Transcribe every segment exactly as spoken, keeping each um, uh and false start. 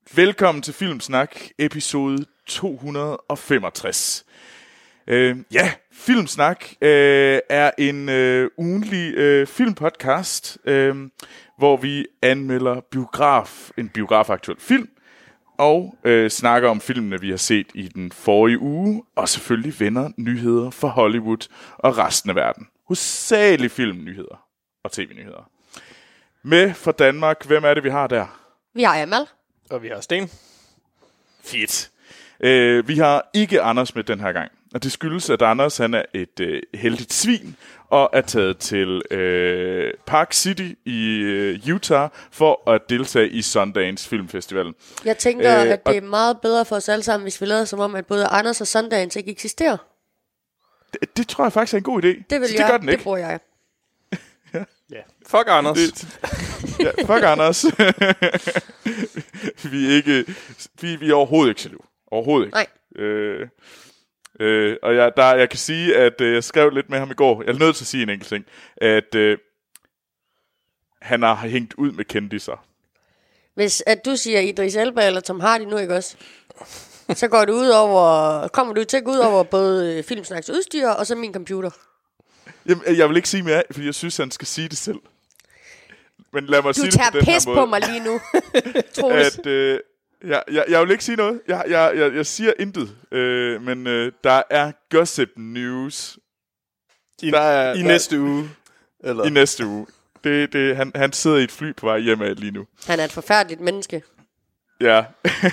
Velkommen til Filmsnak, episode to hundrede og femogtres. Øh, ja, Filmsnak øh, er en øh, ugenlig øh, filmpodcast, øh, hvor vi anmelder biograf, en biografaktuel film, og øh, snakker om filmene, vi har set i den forrige uge, og selvfølgelig vender nyheder fra Hollywood og resten af verden. Hovedsageligt filmnyheder og tv-nyheder. Med fra Danmark, hvem er det, vi har der? Vi har Amal. Og vi har Sten. Fedt. Øh, vi har ikke Anders med den her gang. Og det skyldes, at Anders han er et øh, heldigt svin og er taget til øh, Park City i øh, Utah for at deltage i Sundance Filmfestivalen. Jeg tænker, øh, at det er meget bedre for os alle sammen, hvis vi lader som om, at både Anders og Sundance ikke eksisterer. Det, det tror jeg faktisk er en god idé. Det vil Så jeg. det gør den ikke. Det bruger jeg. Ja. Yeah. Fuck Anders. Det, ja, fuck Anders. vi er ikke, vi, vi er overhovedet ikke jaloux. Overhovedet ikke. Nej. Øh, øh, og jeg, der, jeg kan sige, at øh, jeg skrev lidt med ham i går. Jeg er nødt til at sige en enkelt ting. At øh, han har hængt ud med kendisser. Hvis at du siger Idris Elba eller Tom Hardy nu, ikke også? Så går det ud over, kommer du til at gå ud over både Filmsnaks udstyr og så min computer. Jamen, jeg vil ikke sige mere, fordi jeg synes, han skal sige det selv. Men lad mig du sige det på den her måde. Du tager pis på mig lige nu, Troels. At, øh, jeg, jeg, jeg vil ikke sige noget. Jeg, jeg, jeg, jeg siger intet. Øh, men øh, der er gossip news. I, der er, i der, næste uge. Eller? I næste uge. Det, det, han, han sidder i et fly på vej hjem af lige nu. Han er et forfærdeligt menneske. Ja.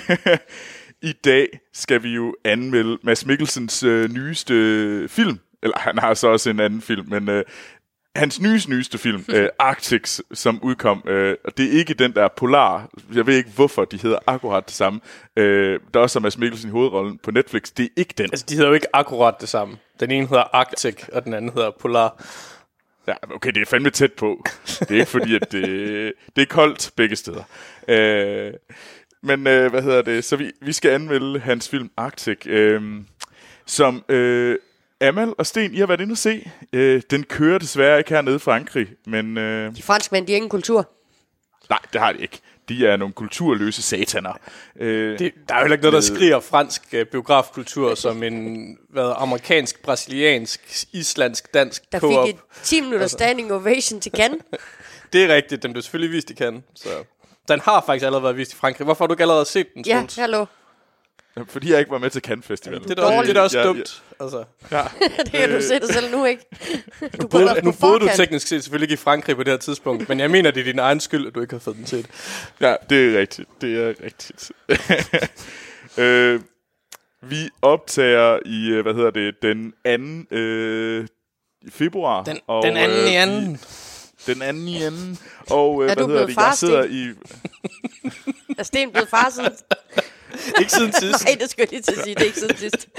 I dag skal vi jo anmelde Mads Mikkelsens øh, nyeste film. Eller han har så også en anden film, men øh, hans nyeste, nyeste film, øh, Arctic, som udkom, øh, og det er ikke den der Polar. Jeg ved ikke, hvorfor de hedder akkurat det samme. Øh, der er også Mads Mikkelsen i hovedrollen på Netflix. Det er ikke den. Altså, de hedder jo ikke akkurat det samme. Den ene hedder Arctic, og den anden hedder Polar. Ja, okay, det er fandme tæt på. Det er ikke fordi, at det, det er koldt begge steder. Øh, men øh, hvad hedder det? Så vi, vi skal anmelde hans film Arctic, øh, som... Øh, Amal og Sten, I har været inde og se. Øh, den kører desværre ikke hernede i Frankrig, men... Øh... De franskmænd, de har ingen kultur. Nej, det har de ikke. De er nogle kulturløse sataner. Øh, det, der er jo heller ikke noget, der skriger fransk øh, biografkultur som en hvad, amerikansk, brasiliansk, islandsk, dansk der co-op. fik et ti minutter standing ovation til Cannes. Det er rigtigt, den blev selvfølgelig vist i Cannes. Så. Den har faktisk allerede været vist i Frankrig. Hvorfor har du ikke allerede set den, Troels? Ja, hallo. Fordi jeg ikke var med til Cannes Festival. Det er da også, det er da også dumt. Ja, ja. Altså. Ja. Det kan du se dig selv nu, ikke? Du nu boede, nu boede du teknisk set selvfølgelig ikke i Frankrig på det her tidspunkt, men jeg mener, det er din egen skyld, at du ikke har fået den set. Ja, det er rigtigt. Det er rigtigt. øh, vi optager i, hvad hedder det, den anden øh, februar. Den, og, den anden øh, i anden. I, den anden i anden. Og øh, er hvad du hedder det? Jeg sidder i... Er Sten blevet far siden? Ikke siden sidst. Nej, det skulle jeg lige til at sige. Det er ikke siden sidst.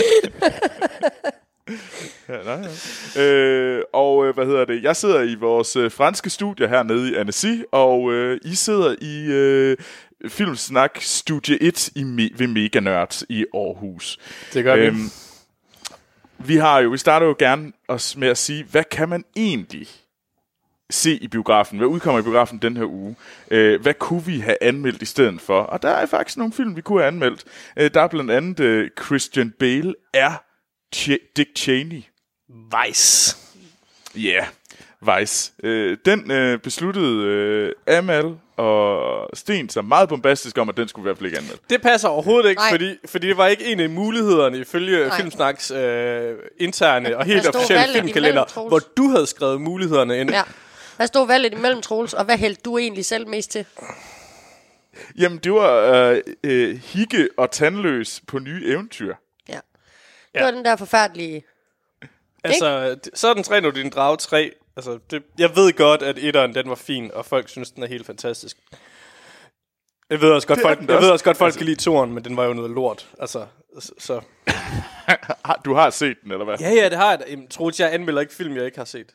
ja, nej, ja. Øh, og øh, hvad hedder det? Jeg sidder i vores øh, franske studie hernede i Annecy, og øh, I sidder i øh, Filmsnak Studie et i Me- ved Mega Nørd i Aarhus. Det gør øhm, vi. Vi har jo, vi starter jo gerne også med at sige, hvad kan man egentlig se i biografen? Hvad udkommer i biografen den her uge? Øh, hvad kunne vi have anmeldt i stedet for? Og der er faktisk nogle film, vi kunne have anmeldt. Øh, der er blandt andet øh, Christian Bale er Ch- Dick Cheney. Vice. Ja, yeah, Vice. Øh, den øh, besluttede øh, Amal og Sten så meget bombastisk om, at den skulle i hvert fald ikke anmeldt. Det passer overhovedet ikke, fordi, fordi det var ikke en af mulighederne ifølge Nej. Filmsnaks øh, interne og helt officielle filmkalender, hvor du havde skrevet mulighederne ind. Ja. Hvad stod valget imellem, Troels, og hvad hældte du egentlig selv mest til? Jamen, det var øh, øh, Hikke og Tandløs på nye eventyr. Ja. Det ja. var den der forfærdelige... Altså, så er den tre, når din drage tre. Altså, det, jeg ved godt, at etteren, den var fin, og folk synes, den er helt fantastisk. Jeg ved også godt, folk, jeg ved også godt, folk altså, kan lide toren, men den var jo noget lort. Altså, så... Du har set den, eller hvad? Ja, ja, det har jeg. Jeg tror, jeg anmelder ikke film, jeg ikke har set.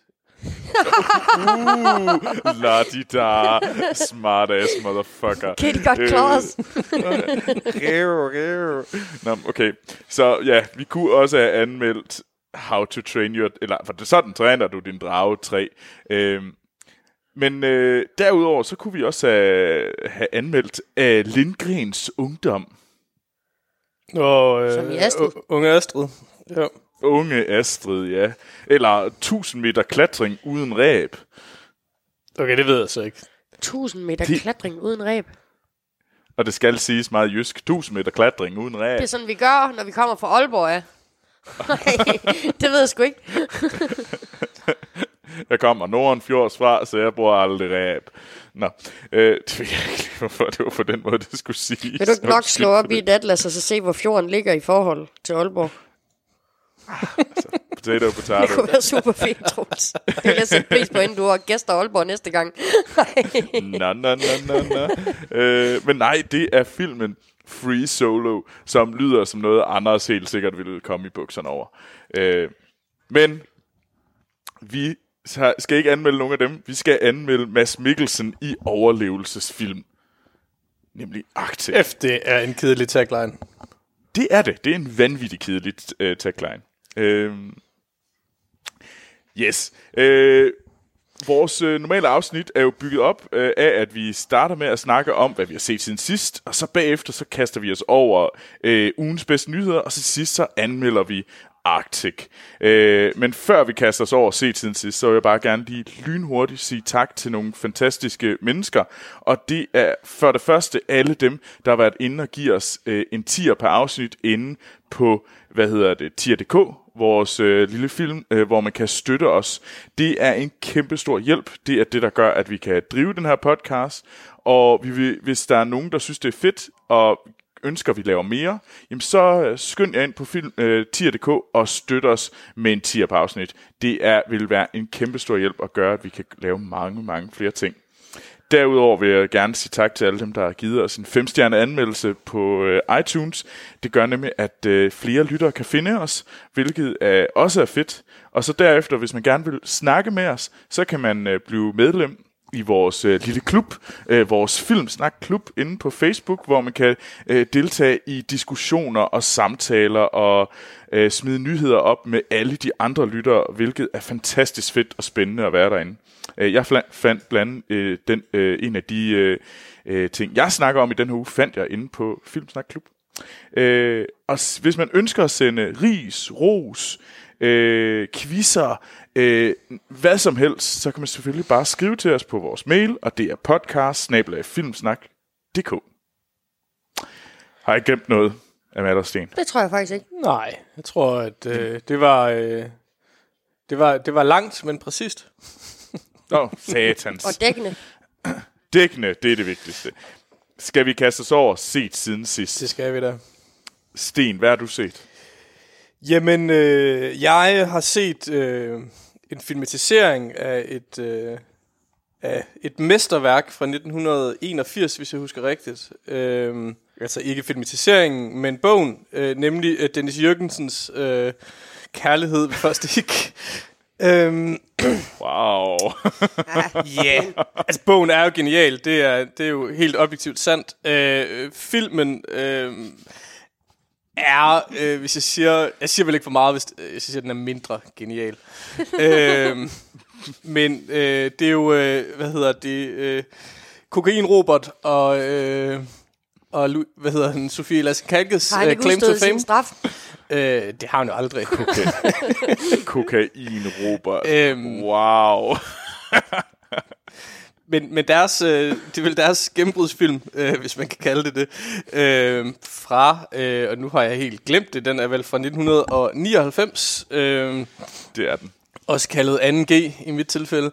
uh, la-di-da, smart-ass motherfucker. Kitty got claws. Nå, okay. Så ja, vi kunne også have anmeldt How to Train Your... Eller, for sådan træner du din drage tre. Øhm, men øh, derudover, så kunne vi også have, have anmeldt af Lindgrens Ungdom. Og, øh, Som i Astrid. Unge Astrid. Ja. Unge Astrid, ja. Eller tusind meter klatring uden ræb. Okay, det ved jeg så ikke. tusind meter Det- klatring uden ræb. Og det skal siges meget jysk. tusind meter klatring uden ræb. Det er sådan, vi gør, når vi kommer fra Aalborg, ja. Nej, det ved jeg sgu ikke. Jeg kommer Nordenfjords fra, så jeg bruger aldrig ræb. Nå, øh, det ved jeg ikke lige, hvorfor det var på den måde, det skulle sige. Vil du ikke nok slå op i et atlas og så se, hvor fjorden ligger i forhold til Aalborg? Potato, Det potato. kunne være super fint, Troels. Det vil jeg sætte pris på, inden du har gæster Aalborg næste gang. Nå, nå, nå, nå, nå. Øh, men nej, det er filmen Free Solo, som lyder som noget, Anders helt sikkert ville komme i bukserne over. Øh, men vi skal ikke anmelde nogen af dem. Vi skal anmelde Mads Mikkelsen i overlevelsesfilm. Nemlig Arctic. F, det er en kedelig tagline. Det er det. Det er en vanvittig kedelig uh, tagline. Uh, yes. Uh, vores uh, normale afsnit er jo bygget op uh, af, at vi starter med at snakke om, hvad vi har set siden sidst, og så bagefter så kaster vi os over uh, ugens bedste nyheder, og så sidst så anmelder vi Arctic. Øh, men før vi kaster os over set siden sidst, så vil jeg bare gerne lige lynhurtigt sige tak til nogle fantastiske mennesker. Og det er for det første alle dem, der har været inde og give os øh, en tier per afsnit inde på, hvad hedder det, tier punktum d k, vores øh, lille film, øh, hvor man kan støtte os. Det er en kæmpe stor hjælp. Det er det, der gør, at vi kan drive den her podcast. Og vi vil, hvis der er nogen, der synes, det er fedt, og ønsker, at vi laver mere, jamen så skynd jer ind på film, øh, tier punktum d k og støt os med en tier på afsnit. Det er, vil være en kæmpe stor hjælp at gøre, at vi kan lave mange, mange flere ting. Derudover vil jeg gerne sige tak til alle dem, der har givet os en femstjerne anmeldelse på øh, iTunes. Det gør nemlig, at øh, flere lyttere kan finde os, hvilket øh, også er fedt. Og så derefter, hvis man gerne vil snakke med os, så kan man øh, blive medlem i vores øh, lille klub, øh, vores Filmsnak-klub inde på Facebook, hvor man kan øh, deltage i diskussioner og samtaler og øh, smide nyheder op med alle de andre lyttere, hvilket er fantastisk fedt og spændende at være derinde. Øh, jeg fl- fandt blandt øh, den, øh, en af de øh, øh, ting, jeg snakker om i den her uge, fandt jeg inde på Filmsnak-klub. Øh, og s- hvis man ønsker at sende ris, ros, øh, quizzer, øh, hvad som helst, så kan man selvfølgelig bare skrive til os på vores mail, og det er podcast bindestreg filmsnak punktum d k. Har jeg glemt noget af Mattersten? Det tror jeg faktisk ikke. Nej, jeg tror, at øh, det var... Øh, det var, det var langt, men præcist. Åh, oh, satans. Og dækkende. Dækkende, det er det vigtigste. Skal vi kaste os over set siden sidst? Det skal vi da. Sten, hvad har du set? Jamen, øh, jeg har set øh, en filmatisering af et, øh, af et mesterværk fra nitten enogfirs, hvis jeg husker rigtigt. Øh, altså ikke filmatiseringen, men bogen, øh, nemlig øh, Dennis Jürgensens øh, Kærlighed ved første hik. Øhm, Wow. Ja, yeah. Altså bogen er jo genial. Det er, det er jo helt objektivt sandt. øh, Filmen øh, er, øh, hvis jeg siger, jeg siger vel ikke for meget, hvis jeg siger, at den er mindre genial. øh, Men øh, det er jo, øh, hvad hedder det, øh, Kokain Robert og øh, og Lu- hvad hedder han, Sofie Lassen Kalkes Har han ikke Claim to udstået Fame. sin straf? Øh, det har han jo aldrig. Kokain, Robert. Øhm. Wow. Men, men deres, øh, det er vel deres gennembrudsfilm, øh, hvis man kan kalde det det, øh, fra, øh, og nu har jeg helt glemt det, den er vel fra nitten nioghalvfems, øh, Det er den. også kaldet anden G i mit tilfælde.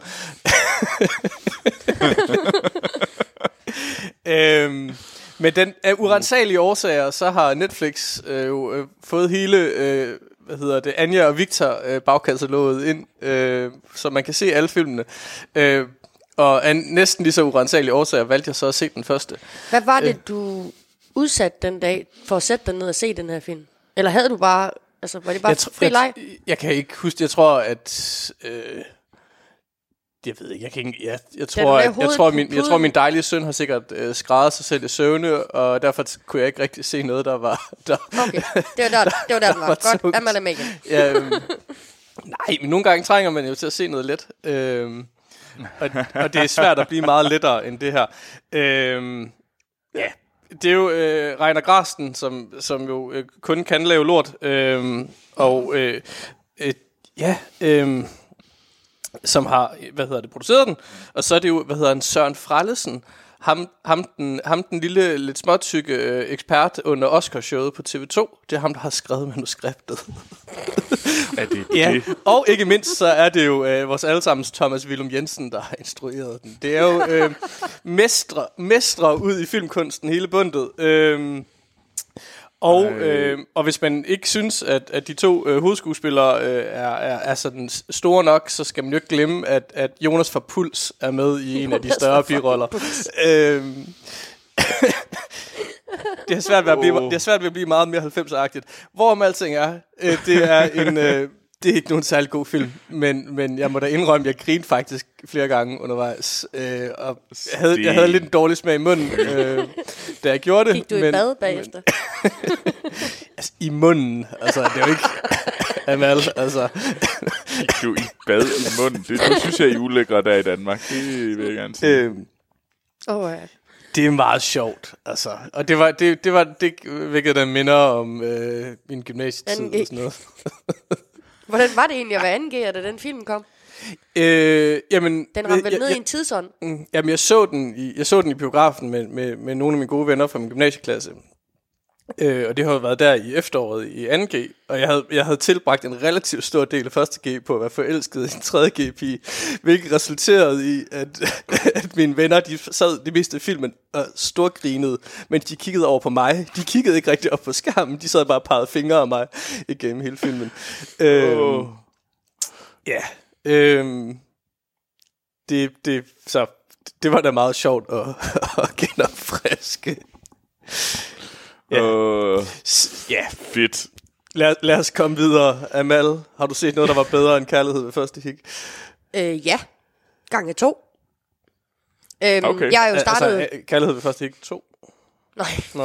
øh, men den af urensagelige årsager, så har Netflix øh, jo øh, fået hele, øh, hvad hedder det, Anja og Victor øh, bagkataloget ind, øh, så man kan se alle filmene. Øh, Og af næsten lige så urensagelige årsager valgte jeg så at se den første. Hvad var det, Øh. du udsatte den dag for at sætte dig ned og se den her film? Eller havde du bare, altså var det bare tr- fri leg? jeg, jeg kan ikke huske, jeg tror, at... Øh, jeg ved ikke, jeg kan ikke... Jeg, jeg, tror, lagde at, jeg, hovedet tror, på min, jeg puden. tror, min dejlige søn har sikkert øh, skræddet sig selv i søvne, og derfor t- kunne jeg ikke rigtig se noget, der var... Der, Okay, det var der, det var der, den var. var Godt, tungt. Amalamagen. ja, øhm, nej, men nogle gange trænger man jo til at se noget let. Øhm, og, og det er svært at blive meget lettere end det her. Øhm, ja, det er jo øh, Reiner Grasten, som, som jo øh, kun kan lave lort. Øhm, og øh, øh, ja, øh, som har, hvad hedder det, produceret den. Og så er det jo, hvad hedder han, Søren Frellesen, ham, ham, den, ham den lille, lidt småtykke øh, ekspert under Oscarshowet på T V to. Det er ham, der har skrevet manuskriptet. Er det ja, det? og ikke mindst, så er det jo øh, vores allesammens Thomas Willum Jensen, der har instrueret den. Det er jo øh, mestre, mestre ud i filmkunsten, hele bundet. Øh, Og, øh, og hvis man ikke synes, at, at de to øh, hovedskuespillere øh, er, er, er sådan store nok, så skal man jo ikke glemme, at, at Jonas fra Puls er med i en af de større biroller. Øh, det, er svært ved at blive, det er svært ved at blive meget mere halvfemser-agtigt. Hvorom alting er, øh, det er en... Øh, det er ikke nogen særlig god film, men, men jeg må da indrømme, at jeg grinede faktisk flere gange undervejs. Øh, og jeg havde, jeg havde lidt en dårlig smag i munden, øh, da jeg gjorde det. Gik du men, i bad bagefter? Men, altså, i munden. Altså, det er jo ikke... Amal, altså... Gik du i bad i munden? Det, det synes jeg er ulækkert der i Danmark. Det vil jeg gerne sige. Øh, oh, ja. Det er meget sjovt, altså. Og det var det, det var det, hvilket der minder om øh, min gymnasietid og sådan noget. Hvordan var det egentlig at være anden G'er, da den film kom? Øh, jamen, den ramte vel jeg, ned jeg, i en tidsånd? Mm, jamen, jeg så den i, jeg så den i biografen med, med, med nogle af mine gode venner fra min gymnasieklasse. Øh, og det har jo været der i efteråret i anden G. Og jeg havde, jeg havde tilbragt en relativt stor del af første G på at være forelsket i en tredje G-pige. Hvilket resulterede i, at, at mine venner, de sad det meste af filmen og storgrinede, men de kiggede over på mig. De kiggede ikke rigtig op på skærmen. De sad bare og pegede fingre af mig igennem hele filmen. Øh, oh. Ja. Øh, det, det, så, det var da meget sjovt at, at genopfriske. Ja, uh, ja. Fedt. Lad, lad os komme videre. Amal, har du set noget, der var bedre end Kærlighed ved første hik? Øh, ja. Gange to. Øhm, okay. Jeg er jo startet... Altså, Kærlighed ved første hik to? Nej. Nå.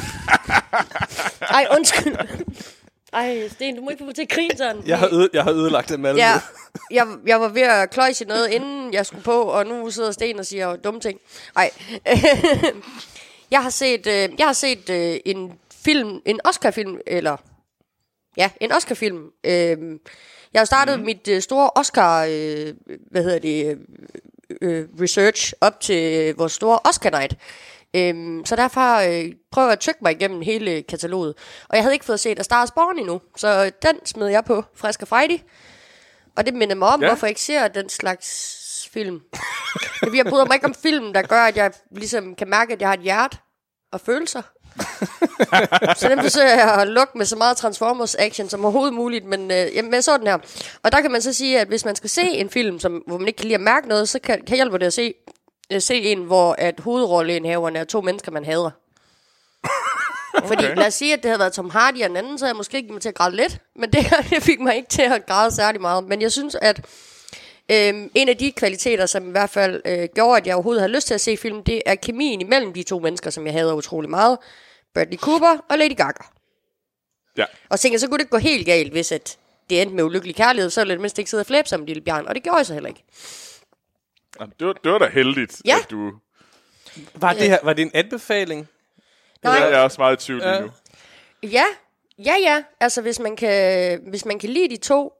Ej, undskyld. Ej, Sten, du må ikke få mig til at grine sådan. Jeg har, øde, jeg har ødelagt Amal. Ja, jeg, jeg var ved at kløjse noget, inden jeg skulle på, og nu sidder Sten og siger dumme ting. Ej. Jeg har set, øh, jeg har set øh, en film, en Oscar-film, eller ja, en Oscar-film. Øh, jeg har startet mm. mit øh, store Oscar, øh, hvad hedder det, øh, research op til vores store Oscar-night. Øh, så derfor øh, prøver jeg at trykke mig igennem hele kataloget. Og jeg havde ikke fået set A Star Is Born endnu, så den smed jeg på frisk og frejdig. Og det minder mig om, ja. Hvorfor jeg ikke ser den slags film. Jeg bryder mig ikke om film, der gør, at jeg ligesom kan mærke, at jeg har et hjerte og følelser. Så den forsøger jeg at lukke med så meget Transformers action som overhovedet muligt. Men øh, jamen, jeg så den her. Og der kan man så sige, at hvis man skal se en film, som, hvor man ikke kan lide at mærke noget, så kan, kan hjælpe det at se, at se en, hvor at hovedrolleindhaverne er to mennesker, man hader. Okay. Fordi lad os sige, at det havde været Tom Hardy og en anden, så havde jeg måske ikke mig til at græde lidt. Men det, det fik mig ikke til at græde særlig meget. Men jeg synes, at Øhm, en af de kvaliteter, som i hvert fald øh, gjorde, at jeg overhovedet havde lyst til at se film, det er kemien imellem de to mennesker, som jeg hader utrolig meget. Bradley Cooper og Lady Gaga. Ja. Og tænkte, så kunne det ikke gå helt galt, hvis at det endte med ulykkelig kærlighed, så ville det mindst ikke sidde og flæbe som en lille bjørn. Og det gjorde jeg så heller ikke. Det var, det var da heldigt, ja. at du... Var det, her, var det en anbefaling? Nej. Jeg er også meget i tvivl ja. nu. Ja, ja, ja. Altså, hvis man kan, hvis man kan lide de to,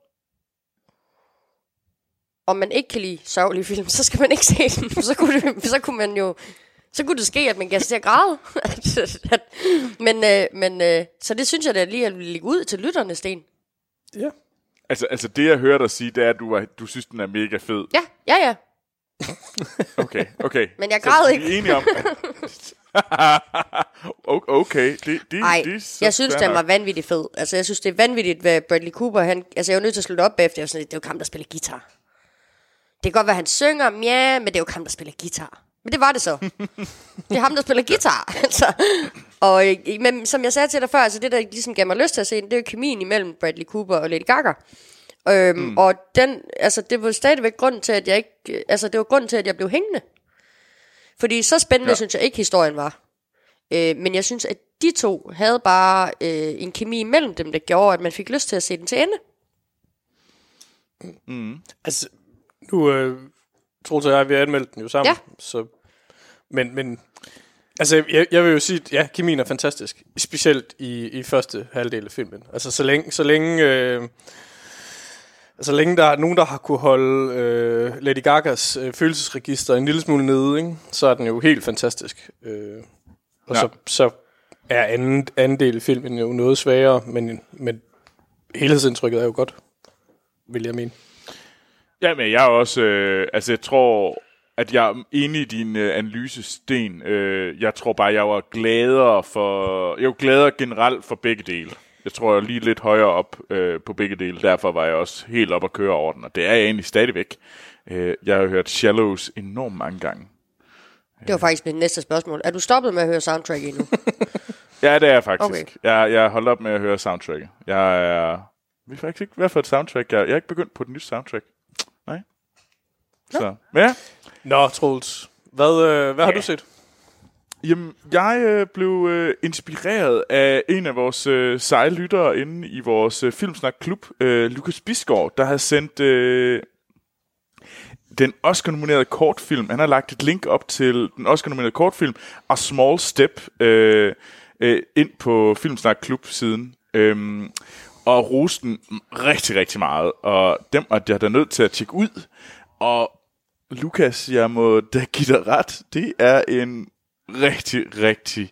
om man ikke kan lide sørgelige film, så skal man ikke se den. Så kunne, det, så kunne man jo... Så kunne det ske, at man gav sig til at græde. men, øh, men øh, så det synes jeg da lige at lægge ud til lytterne, Sten. Ja. Altså, altså det, jeg hører dig sige, det er, at du, var, du synes, den er mega fed. Ja, ja, ja. Okay, okay. Men jeg græd ikke. Så vi er enige om... okay, det, det, Ej, det jeg synes, den var vanvittigt fed. Altså, jeg synes, det er vanvittigt, hvad Bradley Cooper... Han, altså, jeg var nødt til at slutte op bagefter. Jeg var sådan, det er jo ham, der spiller guitar. Det kan godt være, han synger, ja, men det er jo ham, der spiller guitar. Men det var det så. Det er ham, der spiller guitar. Altså. Og men, som jeg sagde til dig før, altså det, der ligesom gav mig lyst til at se, det er jo kemien imellem Bradley Cooper og Lady Gaga. Øhm, mm. Og den, altså, det var stadigvæk grunden til, at jeg ikke... Altså, det var grunden til, at jeg blev hængende. Fordi så spændende, ja. synes jeg ikke, historien var. Øh, men jeg synes, at de to havde bare øh, en kemi imellem dem, der gjorde, at man fik lyst til at se den til ende. Mm. Altså... Nu, øh, Troels og jeg, vi har anmeldt den jo sammen. Ja. Så, men, men altså, jeg, jeg vil jo sige, at ja, kemien er fantastisk. Specielt i, i første halvdel af filmen. Altså, så længe, så længe, øh, så længe der er nogen, der har kunne holde øh, Lady Gagas øh, følelsesregister en lille smule nede, ikke? Så er den jo helt fantastisk. Øh, og ja. så, så er anden, anden del af filmen jo noget svagere, men, men helhedsindtrykket er jo godt, vil jeg mene. Ja, men jeg er også, øh, altså jeg tror, at jeg er enig i din øh, analyse, Sten. Øh, jeg tror bare, jeg var gladere for, jeg var gladere generelt for begge dele. Jeg tror, jeg er lige lidt højere op øh, på begge dele, derfor var jeg også helt op at køre over den, og det er jeg egentlig stadigvæk. Øh, jeg har hørt Shallows enormt mange gange. Det var faktisk mit næste spørgsmål. Er du stoppet med at høre soundtrack endnu? Ja, det er jeg faktisk. Okay. Jeg, jeg har holdt op med at høre soundtracket. Jeg er... Vi har faktisk ikke, hvad for et soundtrack? Jeg, jeg er ikke begyndt på den nye soundtrack. Nej. Nå. Så, ja. Nå, Troels. Hvad, øh, hvad har ja. du set? Jamen, jeg øh, blev øh, inspireret af en af vores øh, seje lyttere inde i vores øh, Filmsnak-klub, øh, Lukas Bisgaard, der har sendt øh, den Oscar-nominerede kortfilm. Han har lagt et link op til den Oscar-nominerede kortfilm, A Small Step, øh, øh, ind på Filmsnak-klub-siden. Øh, og roste den rigtig, rigtig meget. Og dem er jeg da nødt til at tjekke ud. Og Lukas, jeg må da give dig ret. Det er en rigtig, rigtig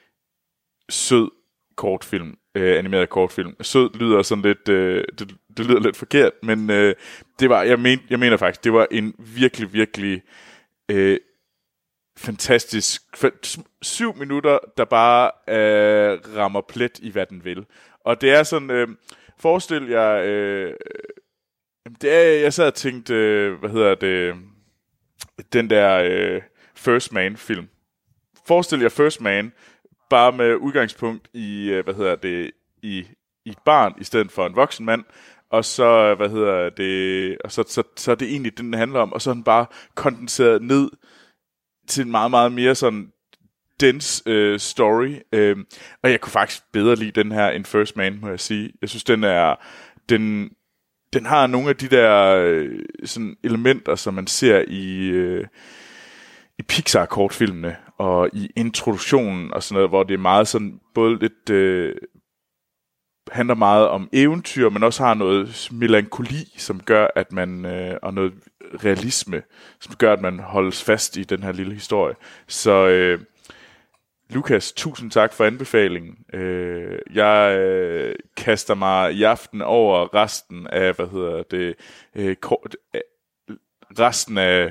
sød kortfilm. Øh, animeret kortfilm. Sød lyder sådan lidt... Øh, det, det lyder lidt forkert, men øh, det var... Jeg, men, jeg mener faktisk, det var en virkelig, virkelig... Øh, fantastisk... Syv minutter, der bare øh, rammer plet i, hvad den vil. Og det er sådan, øh, forestil jer, øh, det er, jeg sad og tænkte, øh, hvad hedder det, den der øh, First Man-film. Forestil jer First Man, bare med udgangspunkt i, øh, hvad hedder det, i, i et barn, i stedet for en voksen mand, og så, hvad hedder det, og så, så, så er det egentlig den, den handler om, og så er den bare kondenseret ned til en meget, meget mere sådan, dens øh, story, øh, og jeg kunne faktisk bedre lide den her end First Man, må jeg sige. Jeg synes, den er, den, den har nogle af de der øh, sådan elementer, som man ser i, øh, i Pixar-kortfilmene, og i introduktionen og sådan noget, hvor det er meget sådan, både lidt, øh, handler meget om eventyr, men også har noget melankoli, som gør, at man, øh, og noget realisme, som gør, at man holdes fast i den her lille historie. Så, øh, Lukas, tusind tak for anbefalingen. Øh, jeg øh, kaster mig i aften over resten af, hvad hedder det, øh, kort, øh, resten af,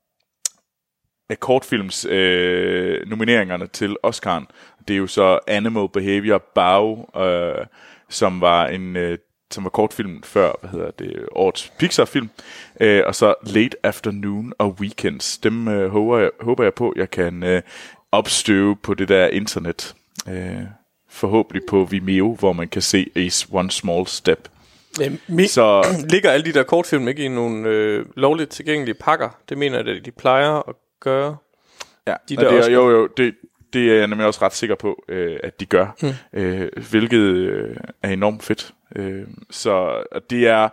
af kortfilms øh, nomineringerne til Oscar'en. Det er jo så Animal Behavior Bao, øh, som var en øh, som var kortfilmen før, hvad hedder det, årets Pixar-film, øh, og så Late Afternoon og Weekends. Dem øh, håber, jeg, håber jeg på, jeg kan øh, opstøve på det der internet. Øh, forhåbentlig på Vimeo, hvor man kan se Ace One Small Step. Ja, mi- så ligger alle de der kortfilm ikke i nogle øh, lovligt tilgængelige pakker? Det mener jeg, at de plejer at gøre. Ja, de der der det er, også jo, jo, det, det er jeg nemlig også ret sikker på, øh, at de gør, hmm. øh, hvilket øh, er enormt fedt. Øh, så det er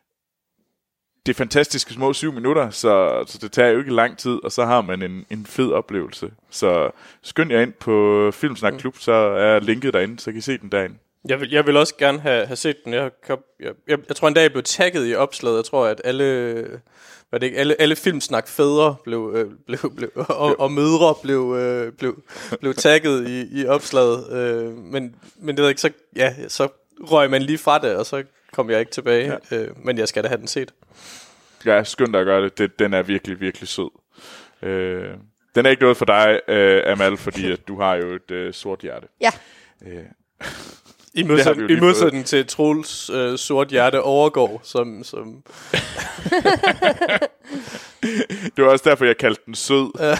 det er fantastiske små syv minutter, så, så det tager jo ikke lang tid, og så har man en, en fed oplevelse. Så skynd jer ind på Filmsnak Klub, så er linket derinde, så kan I se den derinde. Jeg vil, jeg vil også gerne have, have set den. Jeg, jeg, jeg, jeg tror en dag, jeg blev tagget i opslaget. Jeg tror, at alle, hvad det ikke, alle, alle filmsnak-fædre blev, øh, blev, blev, og, og mødre blev, øh, blev, blev tagget i, i opslaget. Øh, men, men det ved ikke, så, ja, så røg man lige fra det, og så kom jeg ikke tilbage. Ja. Øh, men jeg skal da have den set. Ja, skynd dig at gøre det. det. Den er virkelig, virkelig sød. Øh, den er ikke noget for dig, øh, Amal, fordi at du har jo et øh, sort hjerte. Ja. Øh. I modsætning, i modsætning til Troels øh, sort hjerte overgår, som... som det var også derfor, jeg kaldte den sød. Ja.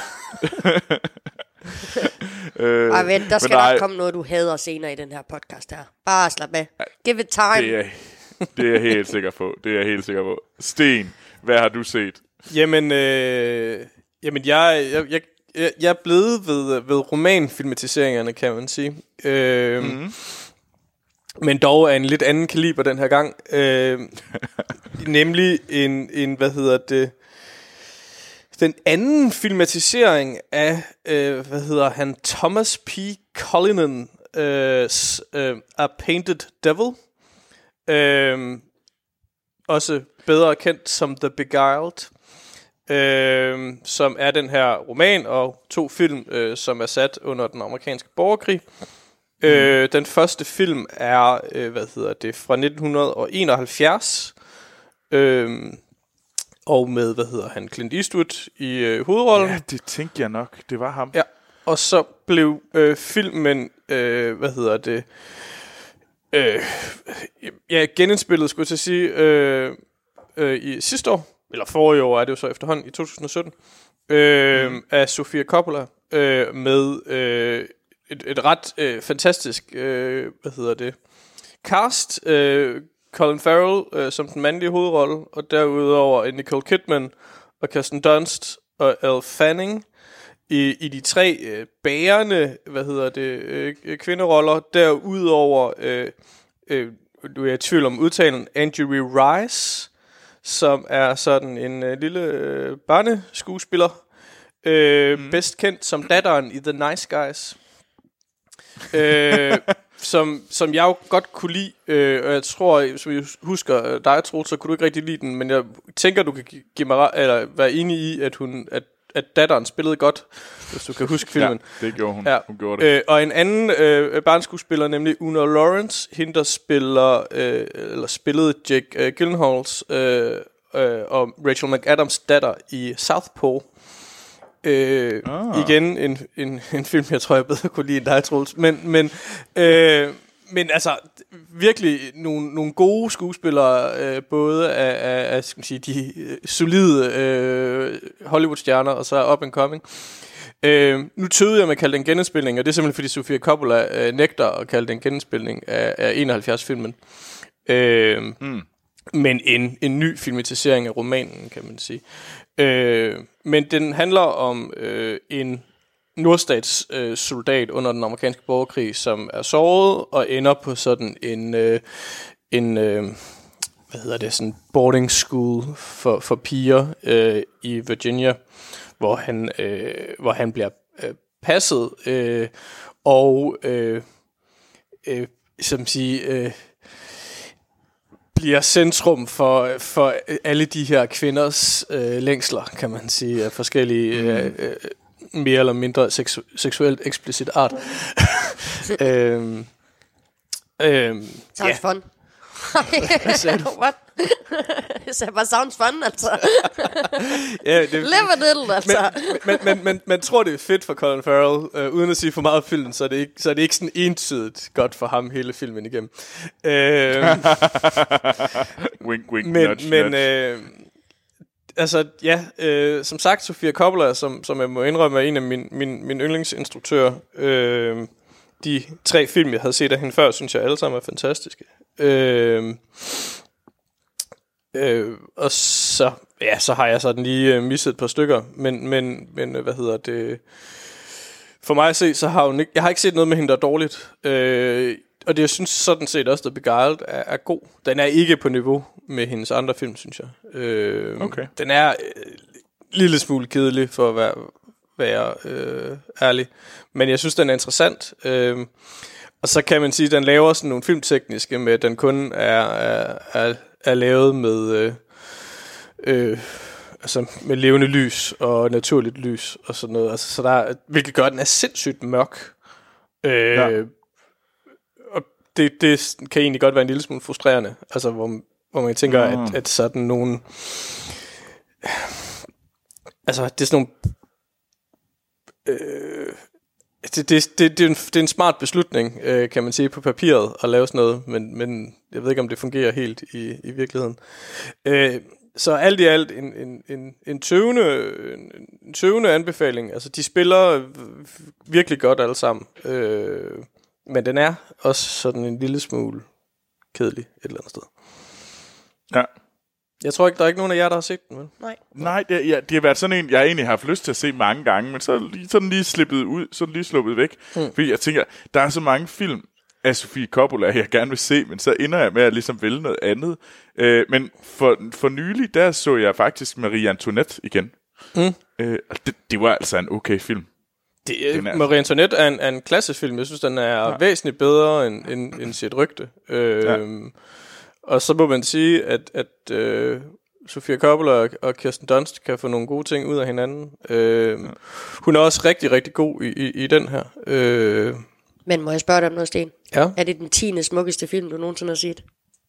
øh, Ej, vent, der skal nok komme noget, du hader senere i den her podcast her. Bare slap af. Give it time. Det er, det er jeg helt sikker på. Det er jeg helt sikker på. Sten, hvad har du set? Jamen, øh, jamen jeg, jeg, jeg, jeg er blevet ved, ved romanfilmatiseringerne, kan man sige. Øh, mm-hmm. Men dog af en lidt anden kaliber den her gang. Øh, nemlig en, en, hvad hedder det, den anden filmatisering af, øh, hvad hedder han, Thomas P. Cullinan, øh, øh, A Painted Devil. Øh, også bedre kendt som The Beguiled. Øh, som er den her roman og to film, øh, som er sat under den amerikanske borgerkrig. Mm. Øh, den første film er, øh, hvad hedder det, fra nitten enoghalvfjerds. Øh, og med, hvad hedder han, Clint Eastwood i øh, hovedrollen. Ja, det tænkte jeg nok. Det var ham. Ja, og så blev øh, filmen, øh, hvad hedder det, øh, ja, genindspillet, skulle jeg til at sige, øh, øh, i sidste år, eller forrige år er det jo så efterhånden, i to tusind og sytten, øh, mm. af Sofia Coppola, øh, med øh, et, et ret øh, fantastisk, øh, hvad hedder det, cast, øh, Colin Farrell øh, som den mandlige hovedrolle, og derudover Nicole Kidman og Kirsten Dunst og Elle Fanning i, i de tre øh, bærende, hvad hedder det, øh, kvinderoller. Derudover, øh, øh, du er i tvivl om udtalen, Angourie Rice, som er sådan en øh, lille øh, barneskuespiller, øh, mm. bedst kendt som datteren i The Nice Guys. øh, som, som jeg jo godt kunne lide, øh, og jeg tror, som jeg husker dig, Troels, så kunne du ikke rigtig lide den, men jeg tænker, du kan give mig, eller være enig i, at hun, at, at datteren spillede godt, hvis du kan huske filmen. Ja, det gjorde hun. Ja. Hun gjorde det. Øh, og en anden øh, barneskuespiller, nemlig Una Lawrence, hende der spiller, øh, eller spillede Jake øh, Gyllenhaals øh, øh, og Rachel McAdams datter i Southpaw. Øh, ah. Igen en, en, en film, jeg tror, jeg bedre kunne lide end dig, Troels. Men, men, øh, men altså, virkelig nogle, nogle gode skuespillere, øh, både af, af, af skal man sige, de øh, solide øh, Hollywood-stjerner, og så up and coming. Øh, nu tøvede jeg med at kalde det en genindspilning, og det er simpelthen, fordi Sofia Coppola øh, nægter at kalde det en genindspilning af, af enoghalvfjerds-filmen. Øh, mm. Men en, en ny filmatisering af romanen, kan man sige. Øh, men den handler om øh, en nordstats øh, soldat under den amerikanske borgerkrig, som er såret og ender på sådan en øh, en øh, hvad hedder det, sådan boarding school for for piger øh, i Virginia, hvor han øh, hvor han bliver øh, passet øh, og øh, øh, som sige øh, bliver centrum for, for alle de her kvinders øh, længsler, kan man sige, af forskellige, øh, øh, mere eller mindre seksu- seksuelt eksplicit art. øhm, øhm, sounds yeah. fun. What? Jeg sagde bare sounds fun, altså. Ja, det, Live a little, altså. Men, men, men, men man tror, det er fedt for Colin Farrell. Øh, uden at sige for meget af filmen, så er det ikke, så er det ikke sådan entydigt godt for ham hele filmen igennem. Øh, wink, wink, men, nudge, men, nudge. Øh, altså, ja, øh, som sagt, Sofia Coppola, som, som jeg må indrømme, er en af mine min, min yndlingsinstruktører. Øh, de tre film, jeg havde set af hende før, synes jeg alle sammen er fantastiske. Øh, øh, og så ja, så har jeg sådan lige øh, misset et par stykker, men men men hvad hedder det? For mig at se, så har hun ikke, jeg har ikke set noget med hende der er dårligt. Øh, og det jeg synes sådan set også, at The Beguiled er, er god. Den er ikke på niveau med hendes andre film, synes jeg. Øh, okay. Den er øh, lille smule kedelig for at være være øh, ærlig, men jeg synes den er interessant. Øh, Og så kan man sige, at den laver sådan nogle filmtekniske med, at den kun er, er, er, er lavet med, øh, øh, altså med levende lys og naturligt lys og sådan noget. Altså, så der, hvilket gør, at den er sindssygt mørk. Øh, ja. Og det, det kan egentlig godt være en lille smule frustrerende. Altså, hvor, hvor man tænker, ja. at, at sådan nogle... Altså, det er sådan nogle... Øh, Det, det, det, det, er en, det er en smart beslutning, øh, kan man sige, på papiret at lave sådan noget, men, men jeg ved ikke, om det fungerer helt i, i virkeligheden. Øh, så alt i alt en, en, en, en, tøvende, en tøvende anbefaling. Altså, de spiller virkelig godt alle sammen, øh, men den er også sådan en lille smule kedelig et eller andet sted. Ja. Jeg tror ikke, der er ikke nogen af jer, der har set den, vel? Nej. Nej, det, ja, det har været sådan en, jeg egentlig har haft lyst til at se mange gange, men så er lige, sådan lige slippet ud, sådan lige sluppet væk. Hmm. Fordi jeg tænker, der er så mange film af Sofia Coppola, jeg gerne vil se, men så ender jeg med at ligesom vælge noget andet. Øh, men for, for nylig, der så jeg faktisk Marie Antoinette igen. Mm. Øh, og det, det var altså en okay film. Det, er, Marie Antoinette er en, er en klassefilm. Jeg synes, den er ja. væsentligt bedre end, end, end sit rygte. Øh, ja. Og så må man sige, at, at øh, Sofia Coppola og, og Kirsten Dunst kan få nogle gode ting ud af hinanden. Øh, ja. Hun er også rigtig, rigtig god i, i, i den her. Øh, Men må jeg spørge dig om noget, Sten? Ja? Er det den tiende smukkeste film, du nogensinde har set?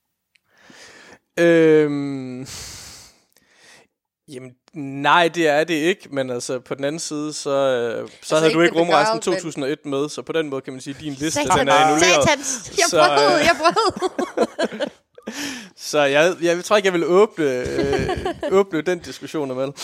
Øhm, jamen, nej, det er det ikke. Men altså, på den anden side, så, så altså havde du ikke Rumrejsen to tusind og et med. Så på den måde kan man sige, at din liste Satans, den er annulleret. Satans, jeg prøvede, jeg prøvede. Så jeg, jeg tror ikke, jeg vil åbne, øh, åbne den diskussion med.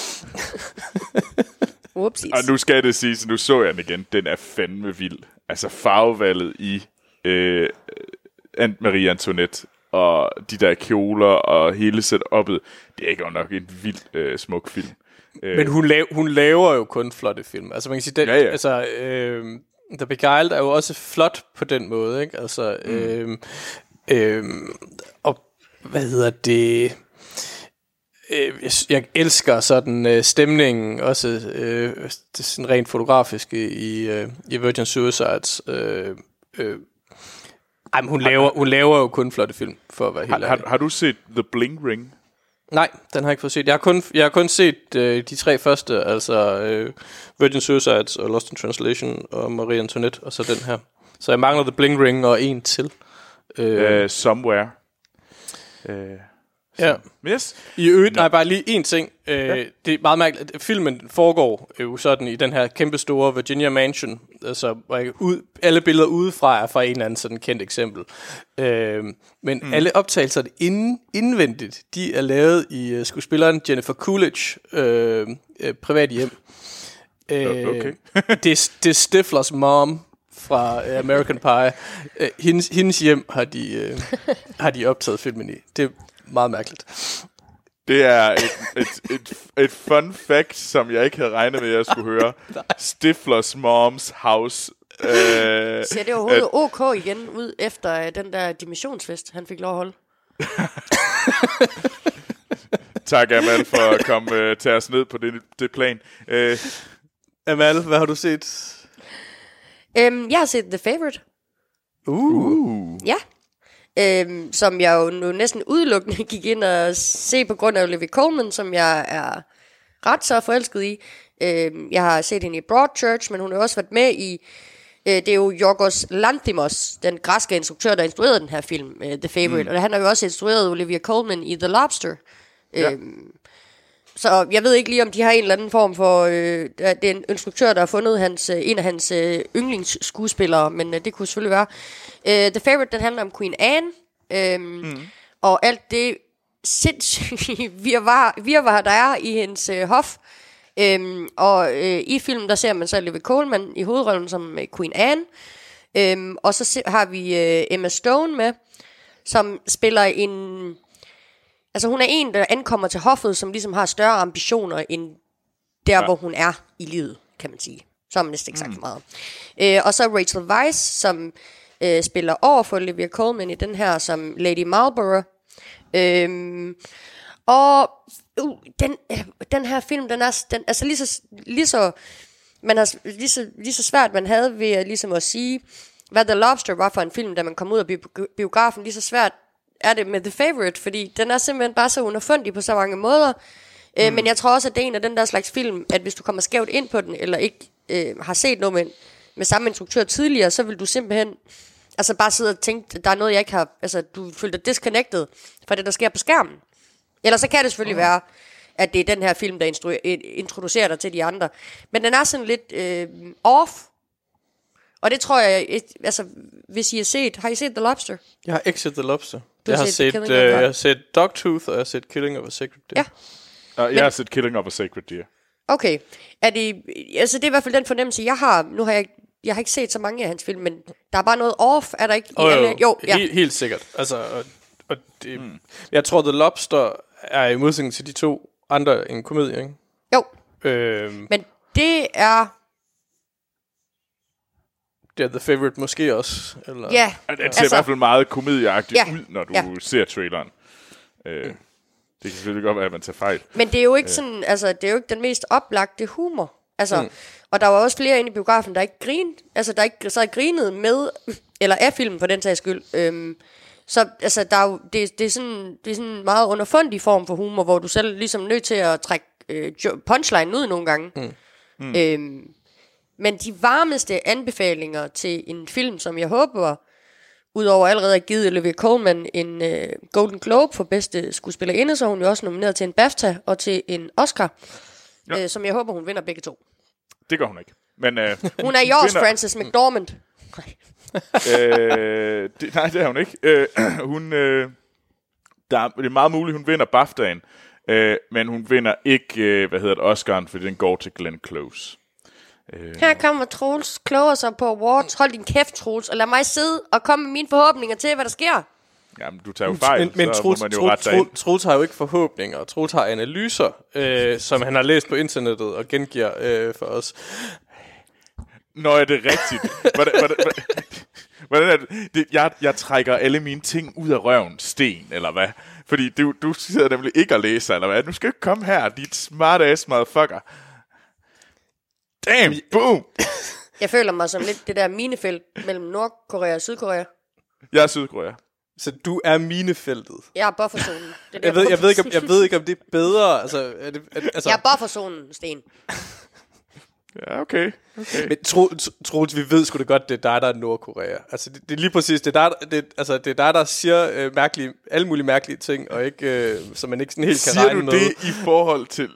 Upsis. Og nu skal det siges, nu så jeg den igen. Den er fandme vild. Altså farvevalget i øh, Marie Antoinette og de der kjoler og hele setup'et, det er ikke nok en vild øh, smuk film. Men hun, lav, hun laver jo kun flotte film. Altså man kan sige, den, ja, ja. altså øh, The Beguiled er jo også flot på den måde, ikke? Altså mm. øh, øh, og hvad hedder det? Øh, jeg, jeg elsker sådan øh, stemningen også øh, det sådan rent fotografiske i øh, i Virgin Suicides. Øh, øh, Ej, men hun laver, hun laver jo kun flotte film, for at være helt har, har, har du set The Bling Ring? Nej, den har jeg ikke fået set. Jeg har kun, jeg har kun set øh, de tre første, altså øh, Virgin Suicides og Lost in Translation og Marie Antoinette, og så den her. Så jeg mangler The Bling Ring og en til. Øh, uh, somewhere. Uh, ja. Yes. I øvrigt, nej, bare lige en ting. Øh, ja. Det er meget mærkeligt, at filmen foregår jo sådan i den her kæmpe store Virginia Mansion, altså ud, alle billeder udefra er fra en eller anden sådan kendt eksempel. Øh, men mm. alle optagelser inden, indvendigt, de er lavet i uh, skuespilleren Jennifer Coolidge øh, øh, privat hjem. Øh, okay. det, det er Stiflers mom fra uh, American Pie. Uh, hendes, hendes hjem har de, uh, har de optaget filmen i. Det er meget mærkeligt. Det er et, et, et, et fun fact, som jeg ikke havde regnet med, at jeg skulle høre. Stiflers moms house. Øh, Ser det overhovedet at, ok igen ud efter uh, den der dimensionsfest, han fik lov at holde? Tak, Amal, for at komme uh, til os ned på det, det plan. Uh, Amal, hvad har du set? Um, jeg har set The Favourite. Uh. Ja. Øhm, som jeg jo nu næsten udelukkende gik ind og se på grund af Olivia Colman, som jeg er ret så forelsket i. Øhm, jeg har set hende i Broadchurch, men hun har også været med i, øh, det er jo Yorgos Lanthimos, den græske instruktør, der instruerede den her film, øh, The Favourite, mm. og han har jo også instrueret Olivia Colman i The Lobster. Ja. Øhm, så jeg ved ikke lige, om de har en eller anden form for, øh, det er en instruktør, der har fundet hans, en af hans øh, yndlingsskuespillere, men øh, det kunne selvfølgelig være. Uh, The Favourite, den handler om Queen Anne, øhm, mm. og alt det sindssyge virvar, virvar, der er i hendes øh, hof. Øhm, og øh, i filmen, der ser man så Olivia Colman i hovedrollen som øh, Queen Anne. Øhm, og så se, har vi øh, Emma Stone med, som spiller en... Altså hun er en, der ankommer til hoffet, som ligesom har større ambitioner end der, ja. hvor hun er i livet, kan man sige. Så har man næsten ikke sagt for meget. Øh, og så Rachel Weisz, som... Øh, spiller over for Olivia Colman i den her som Lady Marlborough. Øhm, og uh, den, øh, den her film, den er den, altså lige så, lige så man har lige så, lige så svært man havde ved at, ligesom at sige, hvad The Lobster var for en film, da man kom ud af bi- biografen, lige så svært er det med The Favourite, fordi den er simpelthen bare så underfundig på så mange måder. Mm. Øh, men jeg tror også, at det er en af den der slags film, at hvis du kommer skævt ind på den, eller ikke øh, har set noget med, med samme instruktør tidligere, så vil du simpelthen altså bare sidde og tænke, der er noget, jeg ikke har... Altså, du føler dig disconnected fra det, der sker på skærmen. Eller så kan det selvfølgelig oh. være, at det er den her film, der instru- introducerer dig til de andre. Men den er sådan lidt øh, off. Og det tror jeg... Et, altså, hvis I har set... Har I set The Lobster? Jeg har ikke set The Lobster. Du jeg har har set, set, øh, jeg har set Dogtooth, og jeg har set Killing of a Sacred Deer. Ja. Uh, jeg Men, har set Killing of a Sacred Deer. Okay. Er det... Altså, det er i hvert fald den fornemmelse, jeg har... Nu har jeg Jeg har ikke set så mange af hans film, men der er bare noget off, er der ikke? Oh, i alle? Jo, jo ja. helt, helt sikkert. Altså, og, og det, mm. Jeg tror, The Lobster er i modsætning til de to andre en komedie, ikke? Jo. Øhm, men det er... Det er The Favourite måske også. Eller? Ja. Det ser altså, i hvert fald meget komedieagtigt ja. ud, når du ja. ser traileren. Øh. Mm. Det kan selvfølgelig godt være, at man tager fejl. Men det er jo ikke sådan, altså, det er jo ikke den mest oplagte humor. Altså, mm. Og der var også flere inde i biografen, der ikke grinede, altså der ikke så grinede med, eller af filmen for den sags skyld. Øhm, så altså, der er jo, det, det, er sådan, det er sådan en meget underfundig form for humor, hvor du selv ligesom er nødt til at trække øh, punchline ud nogle gange. Mm. Mm. Øhm, men de varmeste anbefalinger til en film, som jeg håber, udover allerede at give Olivia Colman en øh, Golden Globe for bedste skuespillerinde, så er hun jo også nomineret til en BAFTA og til en Oscar, ja. øh, som jeg håber, hun vinder begge to. Det gør hun ikke. Men, øh, hun er Jaws Frances McDormand. øh, det, nej, det er hun ikke. Øh, hun, øh, der er, det er meget muligt, hun vinder BAFTA'en, øh, men hun vinder ikke, øh, hvad hedder det, Oscar'en, fordi den går til Glenn Close. Øh. Her kommer Troels kloger sig på awards. Hold din kæft, Troels, og lad mig sidde og komme med mine forhåbninger til, hvad der sker. Jamen, du tager jo fejl, men, men så Troels, må man jo Troels, rette dig ind. Troels har jo ikke forhåbninger. Troels har analyser, øh, som han har læst på internettet og gengiver øh, for os. Nå, er det rigtigt? Hvordan, hvordan, hvordan, hvordan er det? det jeg, jeg trækker alle mine ting ud af røven, sten, eller hvad? Fordi du, du sidder nemlig ikke og læser, eller hvad? Du skal ikke komme her, dit smart ass motherfucker. Damn, boom! Jeg føler mig som lidt det der minefelt mellem Nordkorea og Sydkorea. Jeg er Sydkorea. Så du er minefeltet. Jeg er bufferzonen. Det er det, jeg, ved, jeg, ved ikke, om, jeg ved ikke, om det er bedre. Altså, er det, er det, altså... Jeg er bufferzonen, Sten. Ja, okay. okay. Men Troels, Troels, vi ved sgu da godt, det er dig, der er Nordkorea. Altså, det, det er lige præcis, det er dig, det, altså, det er dig der siger øh, mærkelige, alle mulige mærkelige ting, og ikke, øh, som man ikke sådan helt siger kan regne med. Siger du det i forhold til...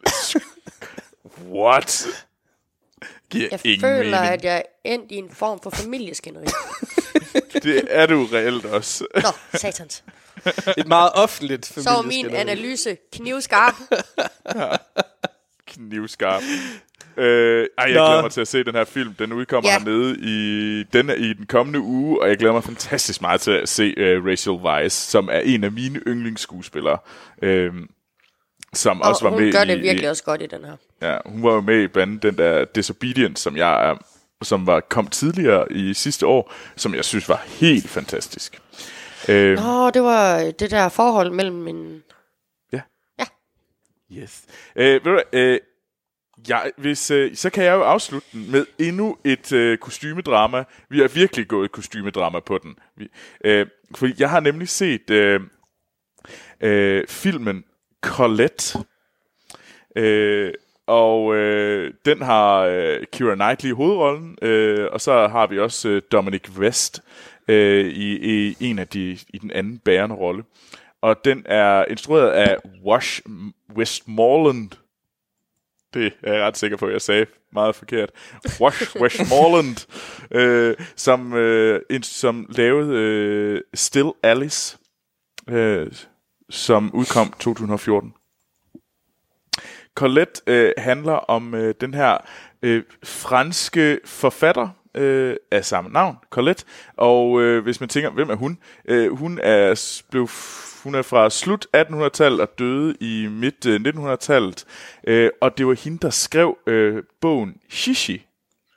What? Giver jeg ingen føler, mening. at jeg er endt i en form for familieskænderi. Det er du reelt også. Nå, satans. Et meget offentligt familieskænderi. Så er min analyse knivskarp. Ja. Knivskarp. Øh, ej, jeg Nå. glæder mig til at se den her film. Den udkommer ja. hernede i, den, i den kommende uge, og jeg glæder mig fantastisk meget til at se uh, Rachel Weisz, som er en af mine yndlingsskuespillere. Øh, som og også var hun med gør i, det virkelig også godt i den her. Ja, hun var jo med i blandt den der Disobedience, som jeg er, som var kom tidligere i sidste år, som jeg synes var helt fantastisk. Øh, Nå, det var det der forhold mellem en... Ja. Ja. Yes. Øh, ved du hvad, øh, jeg, hvis, øh, så kan jeg jo afslutte den med endnu et øh, kostymedrama. Vi har virkelig gået kostymedrama på den. Vi, øh, fordi jeg har nemlig set øh, øh, filmen Colette. Øh, og øh, den har øh, Keira Knightley i hovedrollen, øh, og så har vi også øh, Dominic West øh, i, i en af de i den anden bærende rolle. Og den er instrueret af Wash Westmoreland. Det er jeg ret sikker på, at jeg sagde meget forkert. Wash Westmoreland, øh, som øh, en, som lavede øh, Still Alice, øh, som udkom to tusind og fjorten. Colette øh, handler om øh, den her øh, franske forfatter øh, af samme navn, Colette. Og øh, hvis man tænker, hvem er hun? Øh, hun er blev hun er fra slut attenhundredetallet og døde i midt øh, nittenhundredetallet. Øh, og det var hende, der skrev øh, bogen Shishi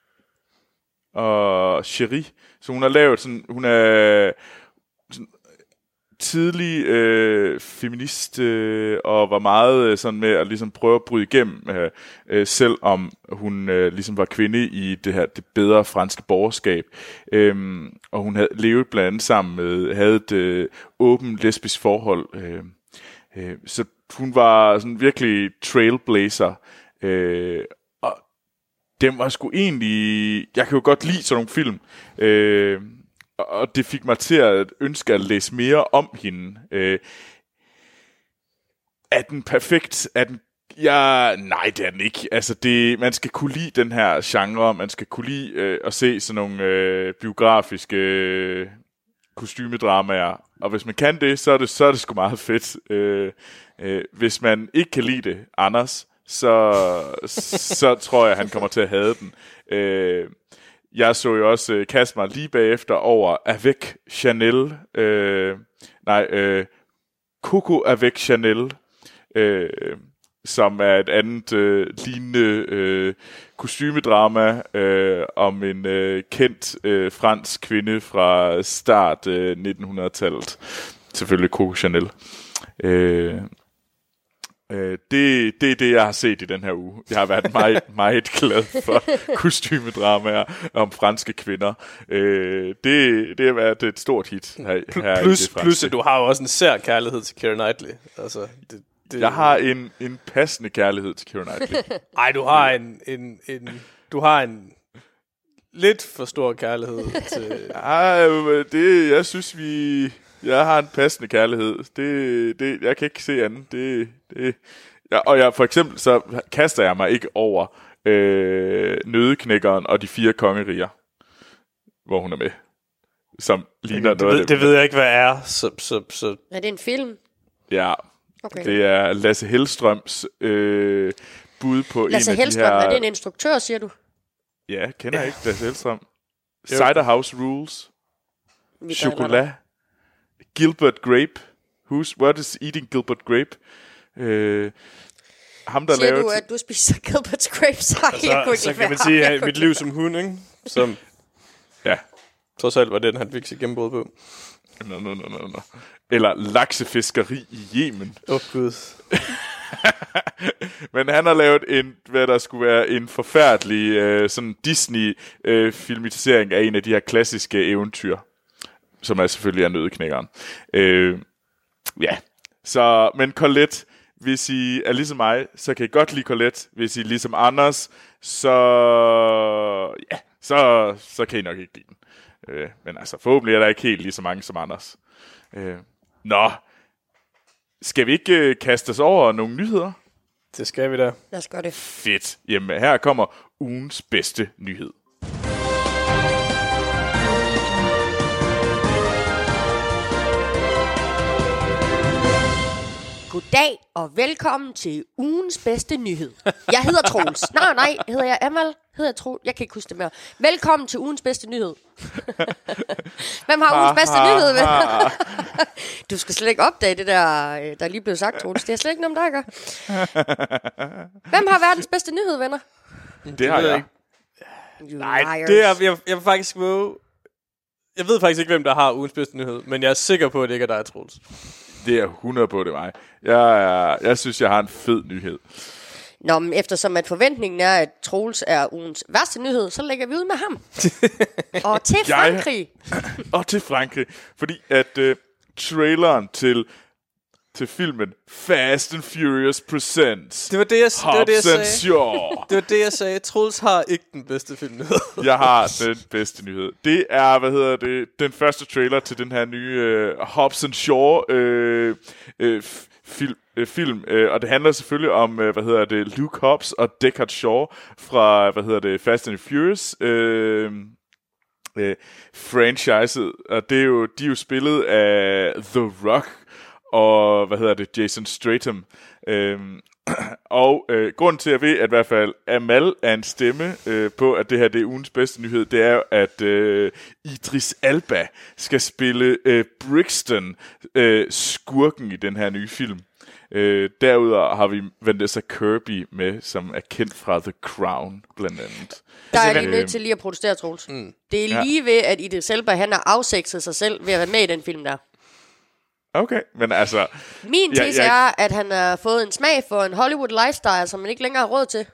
og Chérie. Så hun har lavet sådan, hun er sådan, tidlig øh, feminist øh, og var meget øh, sådan med at ligesom prøve at bryde igennem, øh, øh, selvom hun øh, ligesom var kvinde i det her det bedre franske borgerskab. Øhm, og hun havde levet blandt andet sammen med, havde et øh, åbent lesbisk forhold. Øh, øh, så hun var sådan virkelig trailblazer. Øh, og den var sgu egentlig, jeg kan jo godt lide sådan nogle film. Øh, Og det fik mig til at ønske at læse mere om hende. Øh, er den perfekt? Er den... Ja, nej, det er den ikke. Altså, det, man skal kunne lide den her genre. Man skal kunne lide øh, at se sådan nogle øh, biografiske øh, kostymedramaer. Og hvis man kan det, så er det, så er det sgu meget fedt. Øh, øh, hvis man ikke kan lide det, Anders, så, så tror jeg, han kommer til at hade den. Øh, Jeg så jo også øh, kaste mig lige bagefter over Avec Chanel. Øh, nej, øh, Coco Avec Chanel. Øh, som er et andet øh, lignende øh, kostymedrama øh, om en øh, kendt øh, fransk kvinde fra start øh, nittenhundredetallet. Selvfølgelig Coco Chanel. Øh, Øh, det, det er det, jeg har set i den her uge. Jeg har været meget, meget glad for kostymedramaer om franske kvinder. Øh, det, det har været et stort hit her, her plus, i det plus, at du har jo også en sær kærlighed til Keira Knightley. Altså, det, det, jeg har en, en passende kærlighed til Keira Knightley. Ej, du har en, en, en, du har en lidt for stor kærlighed til... Ej, det, jeg synes, vi... Jeg har en passende kærlighed. Det, det, jeg kan ikke se andet. Det, det, ja, og jeg, for eksempel, så kaster jeg mig ikke over øh, Nøddeknækkeren og de fire kongeriger, hvor hun er med. Som ligner det, noget ved, af det. Det ved jeg ikke, hvad er. Så, så, så. Er det en film? Ja, okay. Det er Lasse Hellstrøms øh, bud på Lasse en af Hellstrøm, de her... er det en instruktør, siger du? Ja, kender jeg ikke Lasse Hellstrøm. Cider House Rules. Chocolat. Gilbert Grape. Who's, what is eating Gilbert Grape? Øh, ham, der siger lavede... du, at du spiser Gilbert Grape? Så, så, jeg kunne så kan man sige, at mit liv som hund, ikke? Som ja. trods alt var den, han fik sit gennembrud på. No, no, no, no, no. Eller laksefiskeri i Yemen. Åh, oh, gud. Men han har lavet en, hvad der skulle være en forfærdelig øh, sådan Disney-filmatisering øh, af en af de her klassiske eventyr, som er selvfølgelig er Nøddeknækkeren. Øh, ja, så, men Colette, hvis I er ligesom mig, så kan I godt lide Colette. Hvis I er ligesom Anders, så, ja, så, så kan I nok ikke lide den. Øh, men altså, forhåbentlig er der ikke helt lige så mange som Anders. Øh, nå, skal vi ikke øh, kaste os over nogle nyheder? Det skal vi da. Lad os gøre det. Fedt. Jamen, her kommer ugens bedste nyhed. Goddag og velkommen til ugens bedste nyhed. Jeg hedder Troels. Nej, nej, hedder jeg Amal? Hedder jeg Troels? Jeg kan ikke huske det mere. Velkommen til ugens bedste nyhed. Hvem har ugens bedste nyhed? Du skal slet ikke opdage det der, der er lige blevet sagt, Troels. Det er slet ikke noget, der gør. Hvem har verdens bedste nyhed, venner? Det, det har jeg. You Nej, det er, jeg, jeg faktisk må... Jeg ved faktisk ikke, hvem der har ugens bedste nyhed, men jeg er sikker på, at det ikke er dig, Troels. Det er hundrede på det mig. Jeg, er, jeg synes, jeg har en fed nyhed. Nå, men eftersom at forventningen er, at Troels er ugens værste nyhed, så lægger vi ud med ham. Og til Frankrig. Jeg, og til Frankrig. Fordi at uh, traileren til, til filmen Fast and Furious Presents det var det, jeg, det var det, jeg sagde. Shaw. Det var det, jeg sagde. Troels har ikke den bedste filmnyhed. Jeg har den bedste nyhed. Det er, hvad hedder det, den første trailer til den her nye uh, Hobbs and Shaw uh, uh, film. film, øh, og det handler selvfølgelig om, øh, hvad hedder det, Luke Hobbs og Deckard Shaw fra, hvad hedder det, Fast and Furious øh, øh, franchiset, og det er jo, de er jo spillet af The Rock og, hvad hedder det, Jason Statham. Øh, og øh, grunden til, at jeg ved, at i hvert fald Amal er en stemme øh, på, at det her det er ugens bedste nyhed, det er jo, at øh, Idris Elba skal spille øh, Brixton, øh, skurken i den her nye film. Øh, derudover har vi Vanessa Kirby med, som er kendt fra The Crown, blandt andet. Der er lige nødt til lige at protestere, Troels. Mm. Det er lige ja. ved, at Idris Elba, han har afsexet sig selv ved at være med i den film der. Okay, men altså... Min ja, tese jeg... er, at han har fået en smag for en Hollywood lifestyle, som man ikke længere har råd til.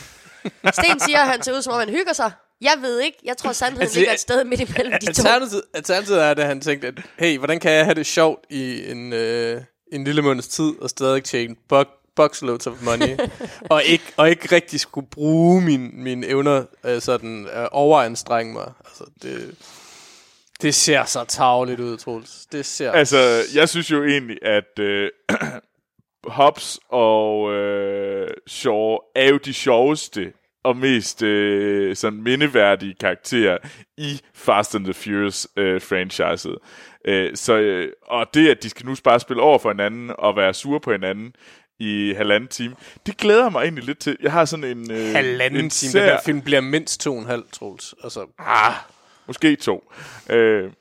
Sten siger, at han ser ud, som om han hygger sig. Jeg ved ikke. Jeg tror, sandheden altså, ligger et sted midt imellem de to. Alternativet er, at han tænkte, at hey, hvordan kan jeg have det sjovt i en... Øh en lille måneds tid, og stadig tjene boxloads of money, og, ikke, og ikke rigtig skulle bruge min, mine evner, øh, sådan øh, overanstrenge mig. Altså, det, det ser så tarveligt ud, Troels. Det ser... Altså, jeg synes jo egentlig, at øh, Hobbs og øh, Shaw er jo de sjoveste og mest øh, sådan mindeværdige karakterer i Fast and the Furious øh, franchiset. Øh, så, øh, og det, at de skal nu bare spille over for hinanden og være sure på hinanden i halvanden time, det glæder mig egentlig lidt til. Jeg har sådan en... Øh, halvanden en time? Sær... Den her film bliver mindst to og en halv, Troels. Altså... Ah, måske to. Øh,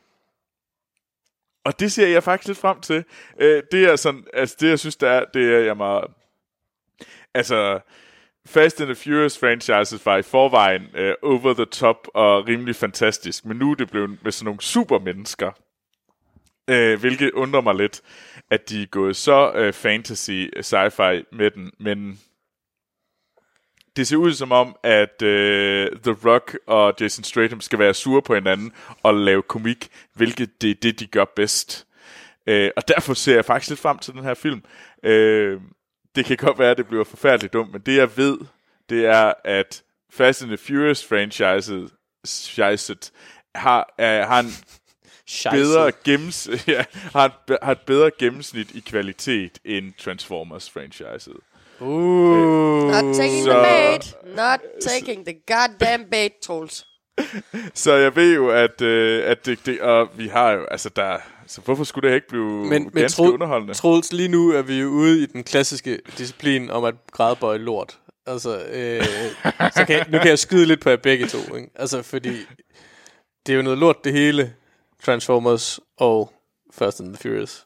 og det ser jeg faktisk lidt frem til. Øh, det er sådan... Altså, det jeg synes, der er, det er jeg meget... Altså... Fast and the Furious franchises var i forvejen uh, over the top og rimelig fantastisk, men nu er det blevet med sådan nogle supermennesker, øh, hvilket undrer mig lidt, at de er gået så øh, fantasy sci-fi med den, men det ser ud som om, at øh, The Rock og Jason Statham skal være sure på hinanden og lave komik, hvilket det er det, de gør bedst. Øh, og derfor ser jeg faktisk lidt frem til den her film. Øh, det kan godt være, at det bliver forfærdeligt dumt, men det jeg ved, det er, at Fast and the Furious franchiset Scheisset, har, er, har en bedre gennems, ja, har, et, har et bedre gennemsnit i kvalitet end Transformers franchiset. Uh. Not taking så, the bait. Not taking the goddamn bait, Troels. Så jeg ved jo, at, øh, at det, det, og vi har jo, altså der, så hvorfor skulle det ikke blive men, ganske men, underholdende? Troels, lige nu er vi jo ude i den klassiske disciplin om at gradbøje lort. Altså, øh, så kan jeg, nu kan jeg skyde lidt på jer begge to, ikke? Altså, fordi det er jo noget lort det hele, Transformers og Fast and the Furious.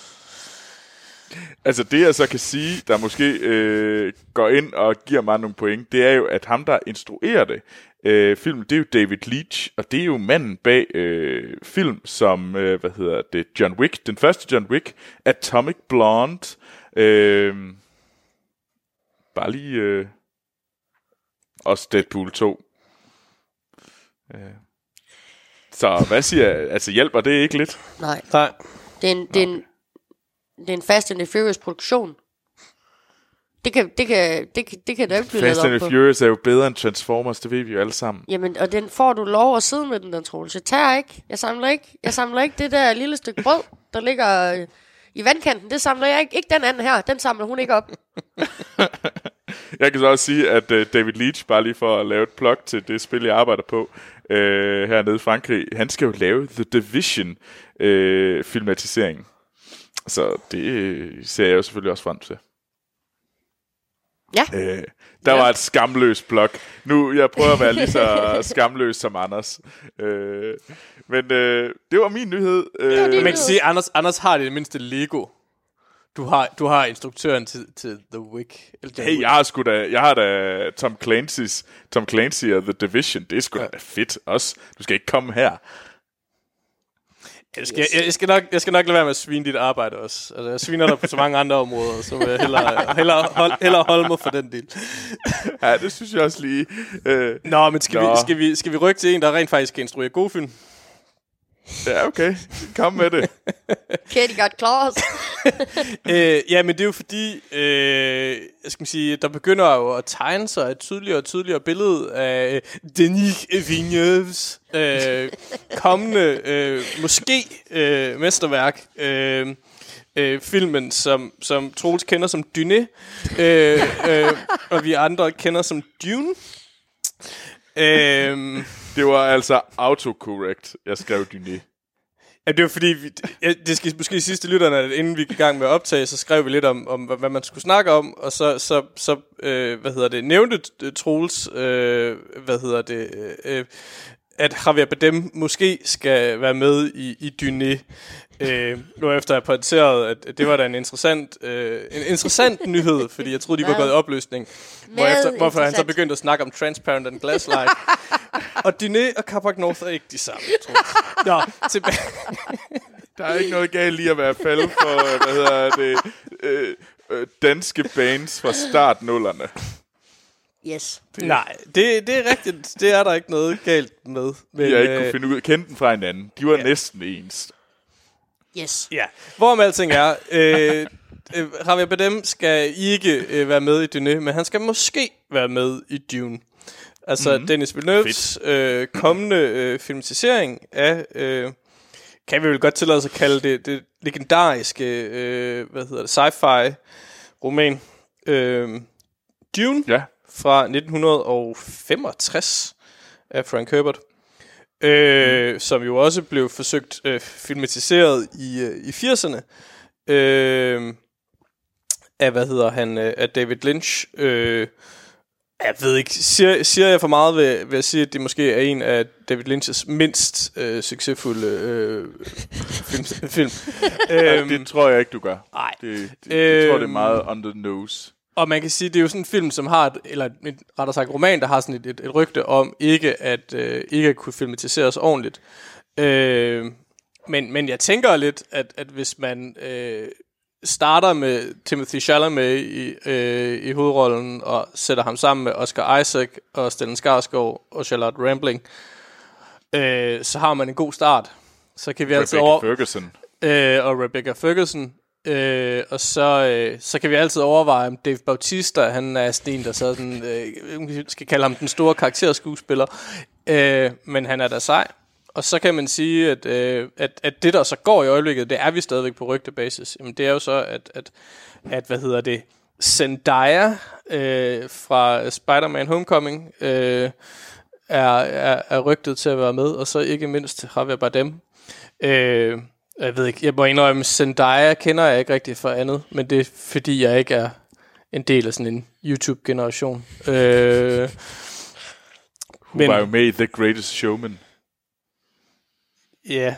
Altså det jeg så kan sige, der måske øh, går ind og giver mig nogle point, det er jo, at ham der instruerer det, øh, filmen, det er jo David Leitch, og det er jo manden bag øh, film som, øh, hvad hedder det, John Wick, den første John Wick, Atomic Blonde, øh, bare lige, øh, også Deadpool to. Øh. Så hvad siger jeg, altså hjælper det ikke lidt? Nej. Nej. Det er en, det er en, det er en Fast and the Furious produktion. Det kan, det kan, det kan, det kan da ikke blive Fast lavet and op the Furious er jo bedre end Transformers, det ved vi jo alle sammen. Jamen, og den får du lov at sidde med den, den Troels. Jeg tager ikke. Jeg samler ikke. Jeg samler ikke det der lille stykke brød, der ligger øh, i vandkanten. Det samler jeg ikke. Ikke den anden her. Den samler hun ikke op. Jeg kan så også sige, at uh, David Leitch, bare lige for at lave et plug til det spil, jeg arbejder på, uh, hernede i Frankrig, han skal jo lave The Division uh, filmatisering. Så det ser jeg jo selvfølgelig også frem til. Ja. Uh, der ja. var et skamløst plug. Nu, jeg prøver at være lige så skamløs som Anders. Uh, men uh, det var min nyhed. Uh, Man kan sige, at Anders, Anders har det mindste Lego. Du har, du har instruktøren til, til The Wick. Eller hey, jeg har sgu da, jeg har da Tom Clancy's, Tom Clancy og The Division. Det er sgu ja. da fedt også. Du skal ikke komme her. Jeg skal, jeg, jeg, skal nok, jeg skal nok lade være med at svine dit arbejde også. Altså, jeg sviner dig på så mange andre områder, så vil jeg hellere, hellere, hold, hellere holde mig for den del. Ja, det synes jeg også lige. Øh, Nå, men skal, nå. Vi, skal, vi, skal vi rykke til en, der rent faktisk kan instruere god film? Ja, okay. Kom med det. Katie got claws. øh, ja, men det er jo fordi, øh, jeg skal sige, der begynder jo at tegne sig et tydeligere og tydeligere billede af Denis Villeneuves øh, kommende, øh, måske øh, mesterværk. Øh, øh, filmen, som, som Troels kender som Dune, øh, øh, og vi andre kender som Dune. Øh, Det var altså autocorrect, jeg skrev Dune. Ja, det var fordi, vi, ja, det skal måske sidste lytterne, at inden vi gik i gang med at optage, så skrev vi lidt om, om hvad man skulle snakke om, og så, så, så øh, hvad hedder det, nævnte Troels, øh, hvad hedder det, øh, at Javier Bardem måske skal være med i, i Dune. Øh, nu efter jeg pointeret, at det var da en interessant, øh, en interessant nyhed, fordi jeg troede, de var gået i opløsning. Hvorefter, hvorfor han så begyndte at snakke om Transparent and Glasslight. Og Dune og Capac North er ikke de samme, tror jeg. Nå, tilbage. Der er ikke noget galt i at være faldet for, hvad hedder det, øh, øh, danske bands fra startnullerne. Yes. Det, Nej, det, det er rigtigt. Det er der ikke noget galt med. Men, jeg ikke øh, kunne finde ud af, kende den fra hinanden. De var ja. næsten ens. Yes. Ja, hvorom alting er, øh, øh, Javier Bardem skal ikke øh, være med i Dune, men han skal måske være med i Dune. Altså mm-hmm. Denis Villeneuves øh, kommende øh, filmatisering af, øh, kan vi vel godt tillade os at kalde det, det legendariske, øh, hvad hedder det, sci-fi roman, øh, Dune, ja. fra nitten femogtres af Frank Herbert. Øh, mm. Som jo også blev forsøgt øh, filmatiseret i, øh, i firserne øh, af, hvad hedder han, øh, af David Lynch. Øh, jeg ved ikke, siger, siger jeg for meget ved, ved at sige, at det måske er en af David Lynch's mindst øh, succesfulde øh, film. film. øhm, det tror jeg ikke, du gør. Nej. Det, det, øh, jeg tror, det er meget on the nose. Og man kan sige, det er jo sådan en film, som har, et, eller et, rettere sagt roman, der har sådan et, et, et rygte om ikke at, øh, ikke at kunne filmatiseres ordentligt. Øh, men, men jeg tænker lidt, at, at hvis man øh, starter med Timothy Chalamet i, øh, i hovedrollen, og sætter ham sammen med Oscar Isaac og Stellan Skarsgård og Charlotte Rampling, øh, så har man en god start. Så kan vi Rebecca altid over... Ferguson. Øh, og Rebecca Ferguson. Øh, og så, øh, så kan vi altid overveje, om Dave Bautista, han er sådan en, der sådan, øh, vi skal kalde ham den store karakterskuespiller, øh, men han er da sej. Og så kan man sige, at, øh, at, at det, der så går i øjeblikket, det er vi stadigvæk på rygtebasis. Jamen, det er jo så, at, at, at hvad hedder det, Zendaya øh, fra Spider-Man Homecoming øh, er, er, er rygtet til at være med, og så ikke mindst Javier Bardem. Øh, Jeg ved ikke, jeg må indrømme, Zendaya kender jeg ikke rigtig for andet, men det er fordi, jeg ikke er en del af sådan en YouTube-generation. Øh, Hun men, var jo med i The Greatest Showman. Ja. Yeah.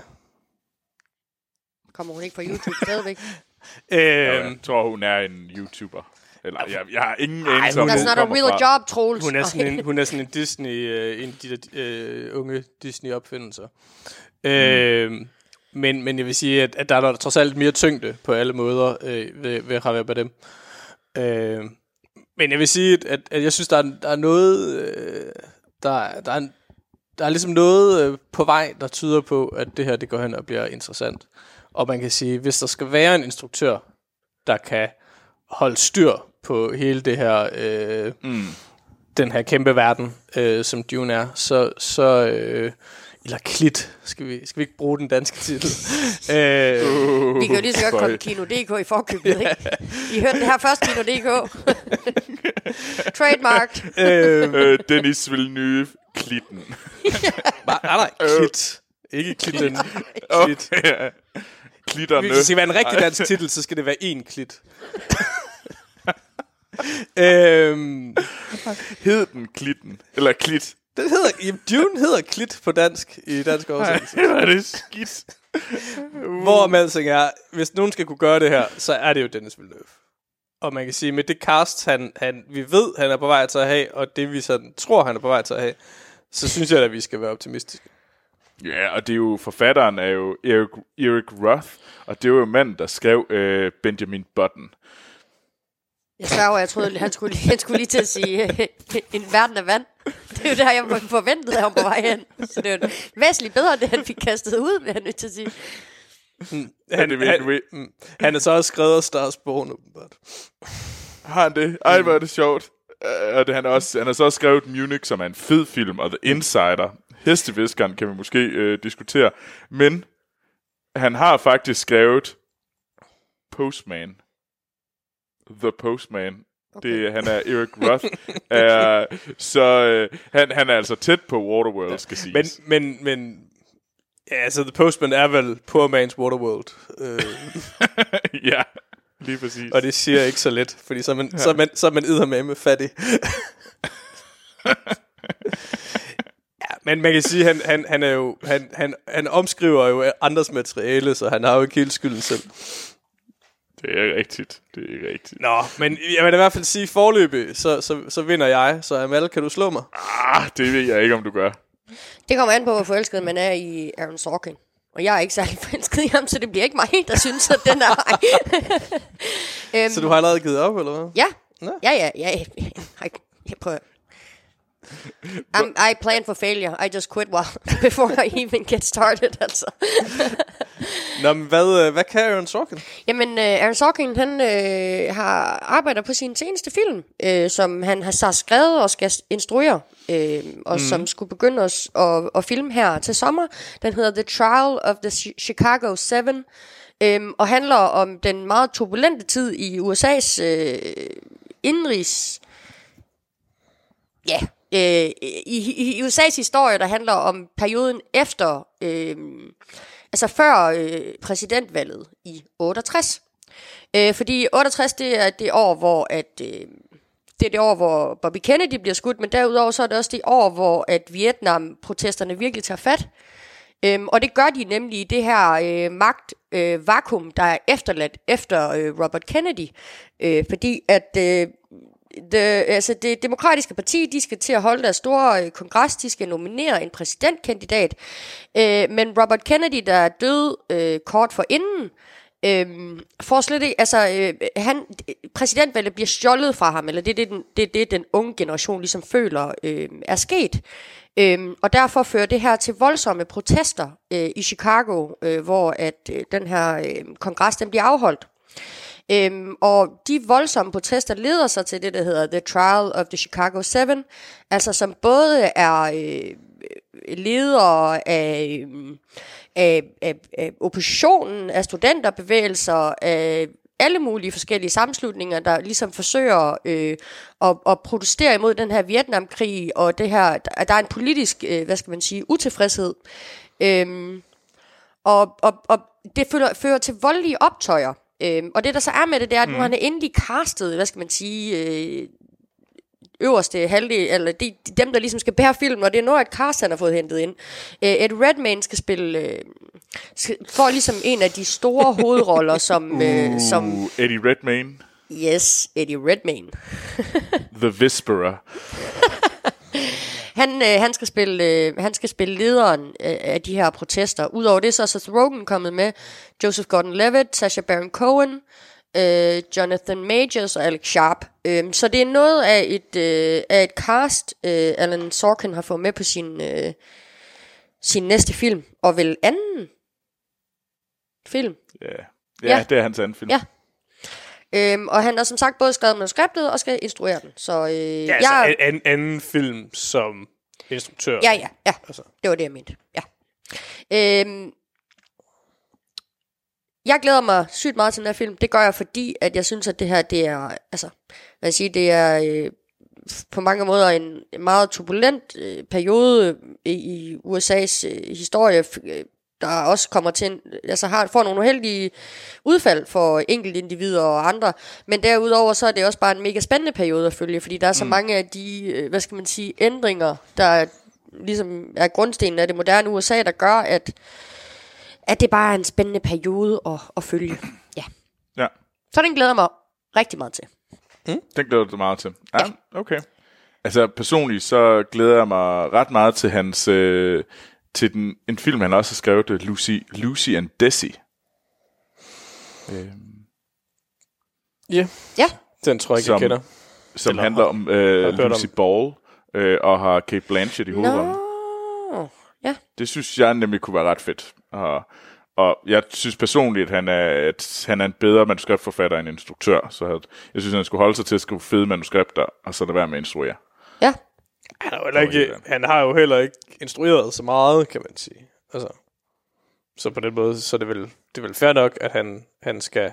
Kommer hun ikke fra YouTube stadigvæk? øh, Jeg tror, hun er en YouTuber. Eller, jeg, jeg har ingen anelse om, hvor hun kommer fra. That's not a real job, Troels. Hun er sådan en, hun er sådan en Disney, uh, en af de der uh, unge Disney-opfindelser. Mm. Øh, Men, men jeg vil sige, at, at der er der trods alt mere tyngde på alle måder øh, ved, ved Javier Bardem. Øh, men jeg vil sige, at, at jeg synes, der er, der er noget... Øh, der, der, er, der er ligesom noget øh, på vej, der tyder på, at det her det går hen og bliver interessant. Og man kan sige, hvis der skal være en instruktør, der kan holde styr på hele det her... Øh, mm. den her kæmpe verden, øh, som Dune er, så... så øh, eller Klit. Skal vi, skal vi ikke bruge den danske titel? øh, uh, vi kan jo lige så godt komme Kino punktum d k i forkøbet, ikke? I hørte det her først, Kino punktum d k. Trademarked. øh, Dennis Villeneuve, Klitten. nej, nej, Klit. Ikke Klitten. Klit. Okay. Klitterne. Hvis det skal være en rigtig dansk titel, så skal det være én Klit. øhm, Hed den Klitten? Eller Klit? Det hedder, Dune hedder Klit på dansk i dansk oversættelse. Nej, det er skidt. uh. Hvor man er, hvis nogen skal kunne gøre det her, så er det jo Denis Villeneuve. Og man kan sige, med det cast, han, han, vi ved, han er på vej til at have, og det vi sådan tror, han er på vej til at have, så synes jeg, at vi skal være optimistiske. Ja, og det er jo, forfatteren er jo Eric, Eric Roth, og det er jo manden, der skrev øh, Benjamin Button. Jeg sværger, jeg troede, han skulle, han skulle lige til at sige, øh, en verden af vand. Det er jo der, jeg forventede ham på vej hen. Så det er jo væsentligt bedre, det han fik kastet ud, vil jeg nødt til at sige. Mm. Han, han, han, mm. han er så også skrevet af Stars Born, åbenbart. Har han det? Ej, hvor er det sjovt. Uh, og det, han, også, han har så også skrevet Munich, som er en fed film, og The Insider. Hesteviskeren kan vi måske øh, diskutere. Men han har faktisk skrevet Postman. The Postman. Okay. Det, han er Eric Roth. er, så øh, han, han er altså tæt på Waterworld, skal siges. Men, men, men ja, altså The Postman er vel Poor Man's Waterworld. Øh. Ja, lige præcis. Og det siger jeg ikke så let, fordi så er man, ja. så er man, så er man eddermame fattig. Ja, men man kan sige, han, han, han er jo, han, han, han omskriver jo andres materiale, så han har jo ikke helt skylden selv. Det er rigtigt, det er rigtigt. Nå, men jeg vil i hvert fald sige forløbig, så, så, så vinder jeg. Så Amal, kan du slå mig? Ah, det ved jeg ikke, om du gør. Det kommer an på, hvor forelsket man er i Aaron Sorkin. Og jeg er ikke særlig forelsket i ham, så det bliver ikke mig, der synes, at den er... um, så du har allerede givet op, eller hvad? Ja, ja, ja, ja. Jeg, jeg, jeg prøver... I'm, I plan for failure. I just quit well before I even get started, altså. Nå, men hvad, hvad kan Aaron Sorkin? Jamen, uh, Aaron Sorkin, han uh, har arbejder på sin seneste film, uh, som han har så skrevet og skal instruere, uh, og mm. som skulle begynde at, at, at filme her til sommer. Den hedder The Trial of the Chicago Seven, um, og handler om den meget turbulente tid i U S A's uh, indrigs... Ja... Yeah. Øh, i, i U S A's historie, der handler om perioden efter, øh, altså før øh, præsidentvalget i otteogtres. Øh, fordi otteogtres, det er det år, hvor at, øh, det er det år, hvor Bobby Kennedy bliver skudt, men derudover så er det også det år, hvor at Vietnam-protesterne virkelig tager fat. Øh, og det gør de nemlig i det her øh, magtvakuum, øh, der er efterladt efter øh, Robert Kennedy. Øh, fordi at... Øh, the, altså det demokratiske parti, de skal til at holde deres store øh, kongres, de skal nominere en præsidentkandidat, øh, men Robert Kennedy, der er død øh, kort for inden, øh, får slet ikke, altså øh, han, præsidentvalget bliver stjålet fra ham, eller det er det, den, det, det, den unge generation ligesom føler øh, er sket. Øhm, og derfor fører det her til voldsomme protester øh, i Chicago, øh, hvor at øh, den her øh, kongres den bliver afholdt. Øhm, og de voldsomme protester leder sig til det, der hedder The Trial of the Chicago Seven, altså som både er øh, ledere af, af, af, af oppositionen, af studenterbevægelser, af alle mulige forskellige sammenslutninger, der ligesom forsøger øh, at, at protestere imod den her Vietnamkrig, og det her, at der er en politisk, øh, hvad skal man sige, utilfredshed. Øhm, og, og, og det fører, fører til voldelige optøjer. Øhm, og det, der så er med det, det er, at nu mm. han er endelig castet, hvad skal man sige, øh, øverste halvdel, eller de, dem, der ligesom skal bære filmen, og det er noget, at cast han har fået hentet ind. Øh, Ed Redmayne skal spille, øh, skal, får ligesom en af de store hovedroller, som... Uh, øh, som Eddie Redmayne. Yes, Eddie Redmayne. The Whisperer. Han, øh, han, skal spille, øh, han skal spille lederen øh, af de her protester. Udover det, så er Seth Rogen kommet med, Joseph Gordon-Levitt, Sacha Baron Cohen, øh, Jonathan Majors og Alex Sharp. Øh, så det er noget af et, øh, af et cast, øh, Alan Sorkin har fået med på sin, øh, sin næste film. Og vel anden film. Yeah. Ja, ja, det er hans anden film. Ja. Øhm, og han har som sagt både skrevet manuskriptet og skal instruere den. Så, øh, ja, altså jeg, en, en anden film som instruktør. Ja, ja, ja. Altså. Det var det, jeg mente. Ja. Øhm, jeg glæder mig sygt meget til den her film. Det gør jeg, fordi at jeg synes, at det her, det er, altså, hvad jeg siger, det er øh, på mange måder en meget turbulent øh, periode i, i U S A's øh, historie, øh, der også kommer til en, altså har, får nogle uheldige udfald for enkelte individer og andre, men derudover så er det også bare en mega spændende periode at følge, fordi der er så mm. mange af de, hvad skal man sige, ændringer, der ligesom er grundstenen af det moderne U S A, der gør, at, at det bare er en spændende periode at, at følge. Ja. Ja. Så den glæder mig rigtig meget til. Mm. Den glæder du meget til? Ja, ja. Okay. Altså personligt så glæder jeg mig ret meget til hans... Øh, til den, en film, han også har skrevet, Lucy, Lucy and Desi. Øhm. Yeah. Ja. Den tror jeg ikke, som, jeg kender. Som Eller handler om øh, Lucy om. Ball, øh, og har Cate Blanchett i hovedrollen. No. Ja. Det synes jeg nemlig kunne være ret fedt. Og, og jeg synes personligt, at han er, at han er en bedre manuskriptforfatter end instruktør. Så at, jeg synes, han skulle holde sig til at skrive fede manuskripter, og så lade være med at instruere. Ja. Han, er ikke, han har jo heller ikke instrueret så meget, kan man sige. Altså, så på den måde, så er det vel, det er vel fair nok, at han, han skal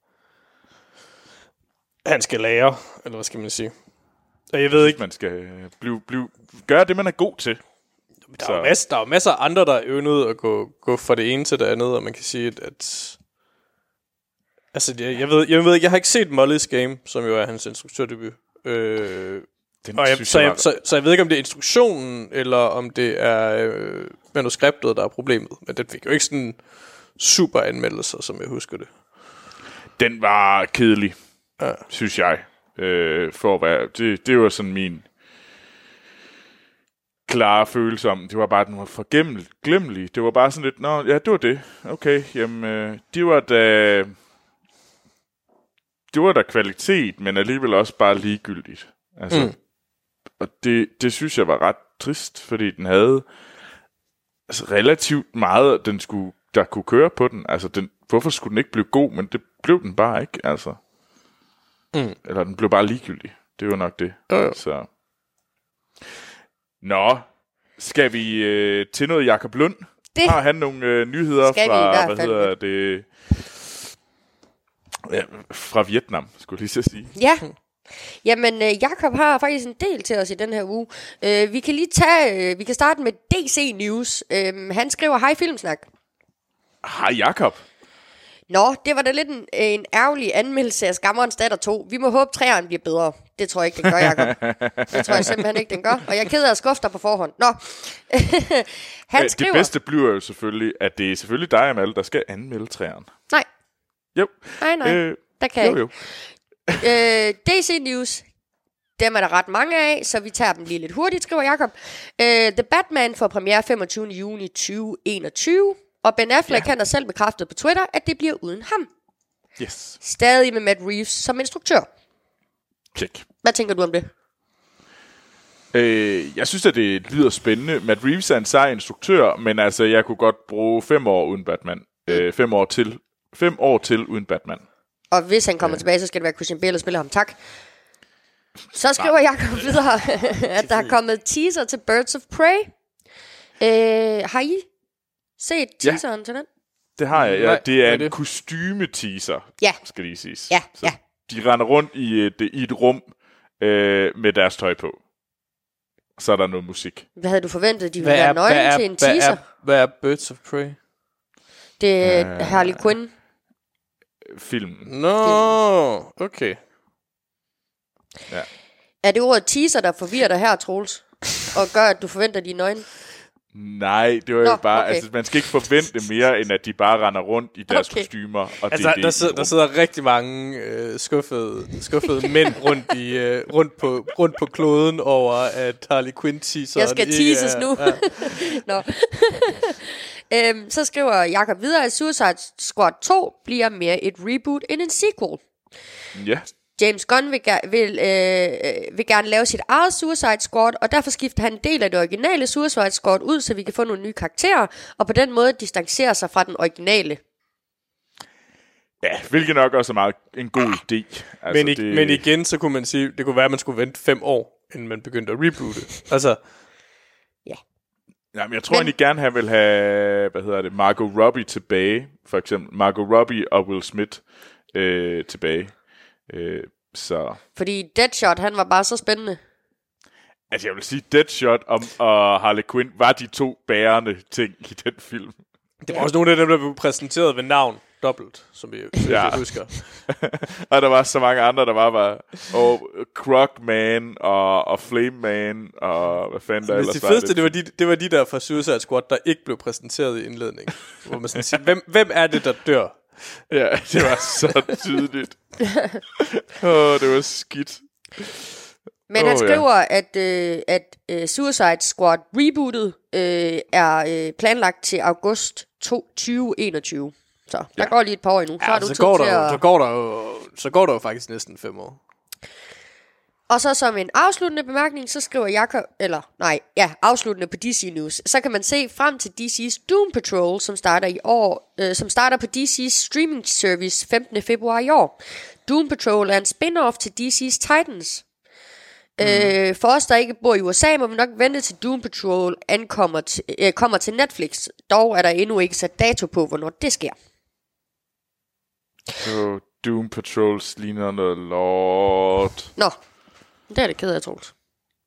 han skal lære, eller hvad skal man sige. Og jeg ved ikke, man skal blive, blive, gøre det, man er god til. Der er, masser, der er masser af andre, der er øvnet at gå, gå fra det ene til det andet, og man kan sige, at, at altså, jeg, jeg, ved, jeg ved ikke, jeg har ikke set Molly's Game, som jo er hans instruktørdebut. Øh, og jeg, så, jeg, så, så jeg ved ikke, om det er instruktionen, eller om det er øh, manuskriptet, der er problemet. Men den fik jo ikke sådan super anmeldelser, som jeg husker det. Den var kedelig, ja. synes jeg. Øh, for at være, det, det var sådan min klare følelse om, det var bare, den var for glemmelig. Det var bare sådan lidt, nå, ja, det var det. Okay, jamen, øh, det var da, det var da kvalitet, men alligevel også bare ligegyldigt. Altså, mm. Og det, det synes jeg var ret trist, fordi den havde altså, relativt meget, den skulle, der kunne køre på den. Altså, den, hvorfor skulle den ikke blive god, men det blev den bare ikke, altså. Mm. Eller den blev bare ligegyldig. Det var nok det. Øh. Så. Nå, skal vi øh, til noget Jakob Lund? Det har han nogle øh, nyheder fra, hvad hedder det, ja, fra Vietnam, skulle jeg lige så sige. Ja. Jamen, øh, Jakob har faktisk en del til os i den her uge. Øh, vi kan lige tage, øh, vi kan starte med D C News. Øh, han skriver, hej Filmsnak. Hej Jakob. Nå, det var da lidt en, en ærgerlig anmeldelse af Skammerens Datter to. Vi må håbe, træeren bliver bedre. Det tror jeg ikke, den gør, Jacob. Det tror jeg simpelthen ikke, den gør. Og jeg er ked af at skuffe dig på forhånd. Nå. Han skriver... Det bedste bliver jo selvfølgelig, at det er selvfølgelig dig, Amal, der skal anmelde træeren. Nej. Jo. Nej, nej. Øh, der kan jo, jeg ikke. Øh, D C News. Dem er der ret mange af, så vi tager dem lige lidt hurtigt, skriver Jacob. Uh, The Batman får premiere femogtyvende juni tyve enogtyve, og Ben Affleck ja. han har selv bekræftet på Twitter, at det bliver uden ham. Yes. Stadig med Matt Reeves som instruktør. Check. Hvad tænker du om det? Øh, jeg synes, at det lyder spændende. Matt Reeves er en sej instruktør, men altså, jeg kunne godt bruge fem år uden Batman. Mm. Øh, fem år til. Fem år til uden Batman. Og hvis han kommer øh. tilbage, så skal det være Christian Bale, der spiller ham. Tak. Så skriver Jacob videre, at der er kommet teaser til Birds of Prey. Øh, har I set teaseren ja. til den? Det har jeg, ja. Det er en kostyme-teaser, ja. skal lige siges. Ja, så ja. De render rundt i et, i et rum øh, med deres tøj på. Så er der noget musik. Hvad havde du forventet? De ville være nøgne til en teaser? Hvad er, hvad er Birds of Prey? Det er uh, Harley Quinn. Filmen. Nå, no, okay. Ja. Er det ordet teaser, der forvirrer dig her, Troels? Og gør, at du forventer, de er nøgne? Nej, det var Nå, jo bare... okay. Altså, man skal ikke forvente mere, end at de bare render rundt i deres okay. kostymer. Og altså, det, der, det, sidder, der sidder rigtig mange øh, skuffede, skuffede mænd rundt, i, øh, rundt, på, rundt på kloden over, at Harley Quinn teaser. Jeg skal teases nu. Ja. Nå. øhm, så skriver Jacob videre, at Suicide Squad to bliver mere et reboot end en sequel. Ja. James Gunn vil, vil, øh, vil gerne lave sit eget Suicide Squad, og derfor skifter han en del af det originale Suicide Squad ud, så vi kan få nogle nye karakterer, og på den måde distancere sig fra den originale. Ja, hvilket nok også er meget en god idé. Altså, men, i, det... men igen, så kunne man sige, det kunne være, at man skulle vente fem år, inden man begyndte at reboote. Altså... Ja. Jamen, jeg tror men... egentlig gerne, han vil have, hvad hedder det, Margot Robbie tilbage, for eksempel. Margot Robbie og Will Smith øh, tilbage. Øh, så. Fordi Deadshot, han var bare så spændende. Altså jeg vil sige, Deadshot og, og Harley Quinn var de to bærende ting i den film. Det var også nogle af dem, der blev præsenteret ved navn dobbelt, som vi ja. husker. Og der var så mange andre, der var bare og Crocman og, og Flame Man og hvad fanden der ellers var. Det fedeste, det var, de, det var de der fra Suicide Squad, der ikke blev præsenteret i indledningen. Hvor man sådan siger, hvem, hvem er det, der dør? Ja, det var så tydeligt. Åh, oh, det var skidt. Men oh, han skriver, ja. at, øh, at øh, Suicide Squad rebootet øh, er øh, planlagt til august tyve enogtyve. Så der ja. går lige et par år endnu. Så, ja, har du så, tid går til der, at... så, går der jo, så går der jo faktisk næsten fem år. Og så som en afsluttende bemærkning, så skriver Jacob, eller nej, ja, afsluttende på D C News, så kan man se frem til D C's Doom Patrol, som starter i år, øh, som starter på D C's streaming service femtende februar i år. Doom Patrol er en spin-off til D C's Titans. Mm. Øh, for os, der ikke bor i U S A, må vi nok vente til Doom Patrol ankommer til, øh, kommer til Netflix. Dog er der endnu ikke sat dato på, hvornår det sker. Oh, Doom Patrols ligner noget lort. Nå. Det er det ked af, Troels.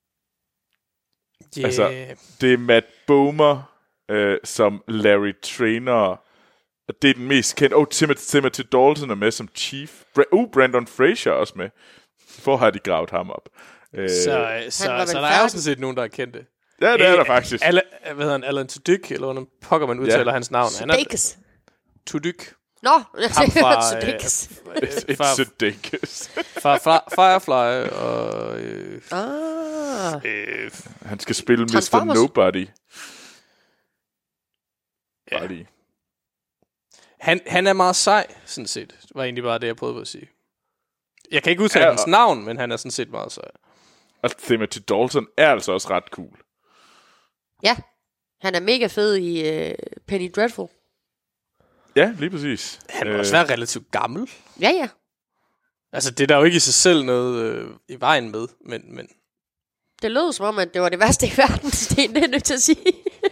Yeah. Altså, det er Matt Bomer øh, som Larry Traynor. Det er den mest kendte. Oh, Timothy, Timothy Dalton er med som Chief. Bra- uh, Brandon Fraser er også med. Hvor har de gravet ham op? Øh, så så, så, så der er jo sådan set nogen, der er kendte. Ja, det er der faktisk. Alan, hvad hedder han? Alan Tudyk, eller hvordan pokker man udtaler yeah. hans navn? Sudeikis. Tudyk. Nå, ham fra Sudeikis. Sudeikis. Fra Firefly og... Øh, ah. øh, han skal spille mister Nobody. Ja. Han, han er meget sej, sådan set. Det var egentlig bare det, jeg prøvede på at sige. Jeg kan ikke udtale ja, hans navn, men han er sådan set meget sej. Og Timothy Dalton er altså også ret cool. Ja, han er mega fed i uh, Penny Dreadful. Ja, lige præcis. Han må øh. også være relativt gammel. Ja, ja. Altså, det er der jo ikke i sig selv noget øh, i vejen med, men, men... Det lød som om, at det var det værste i verden, Sten, det er nødt til at sige.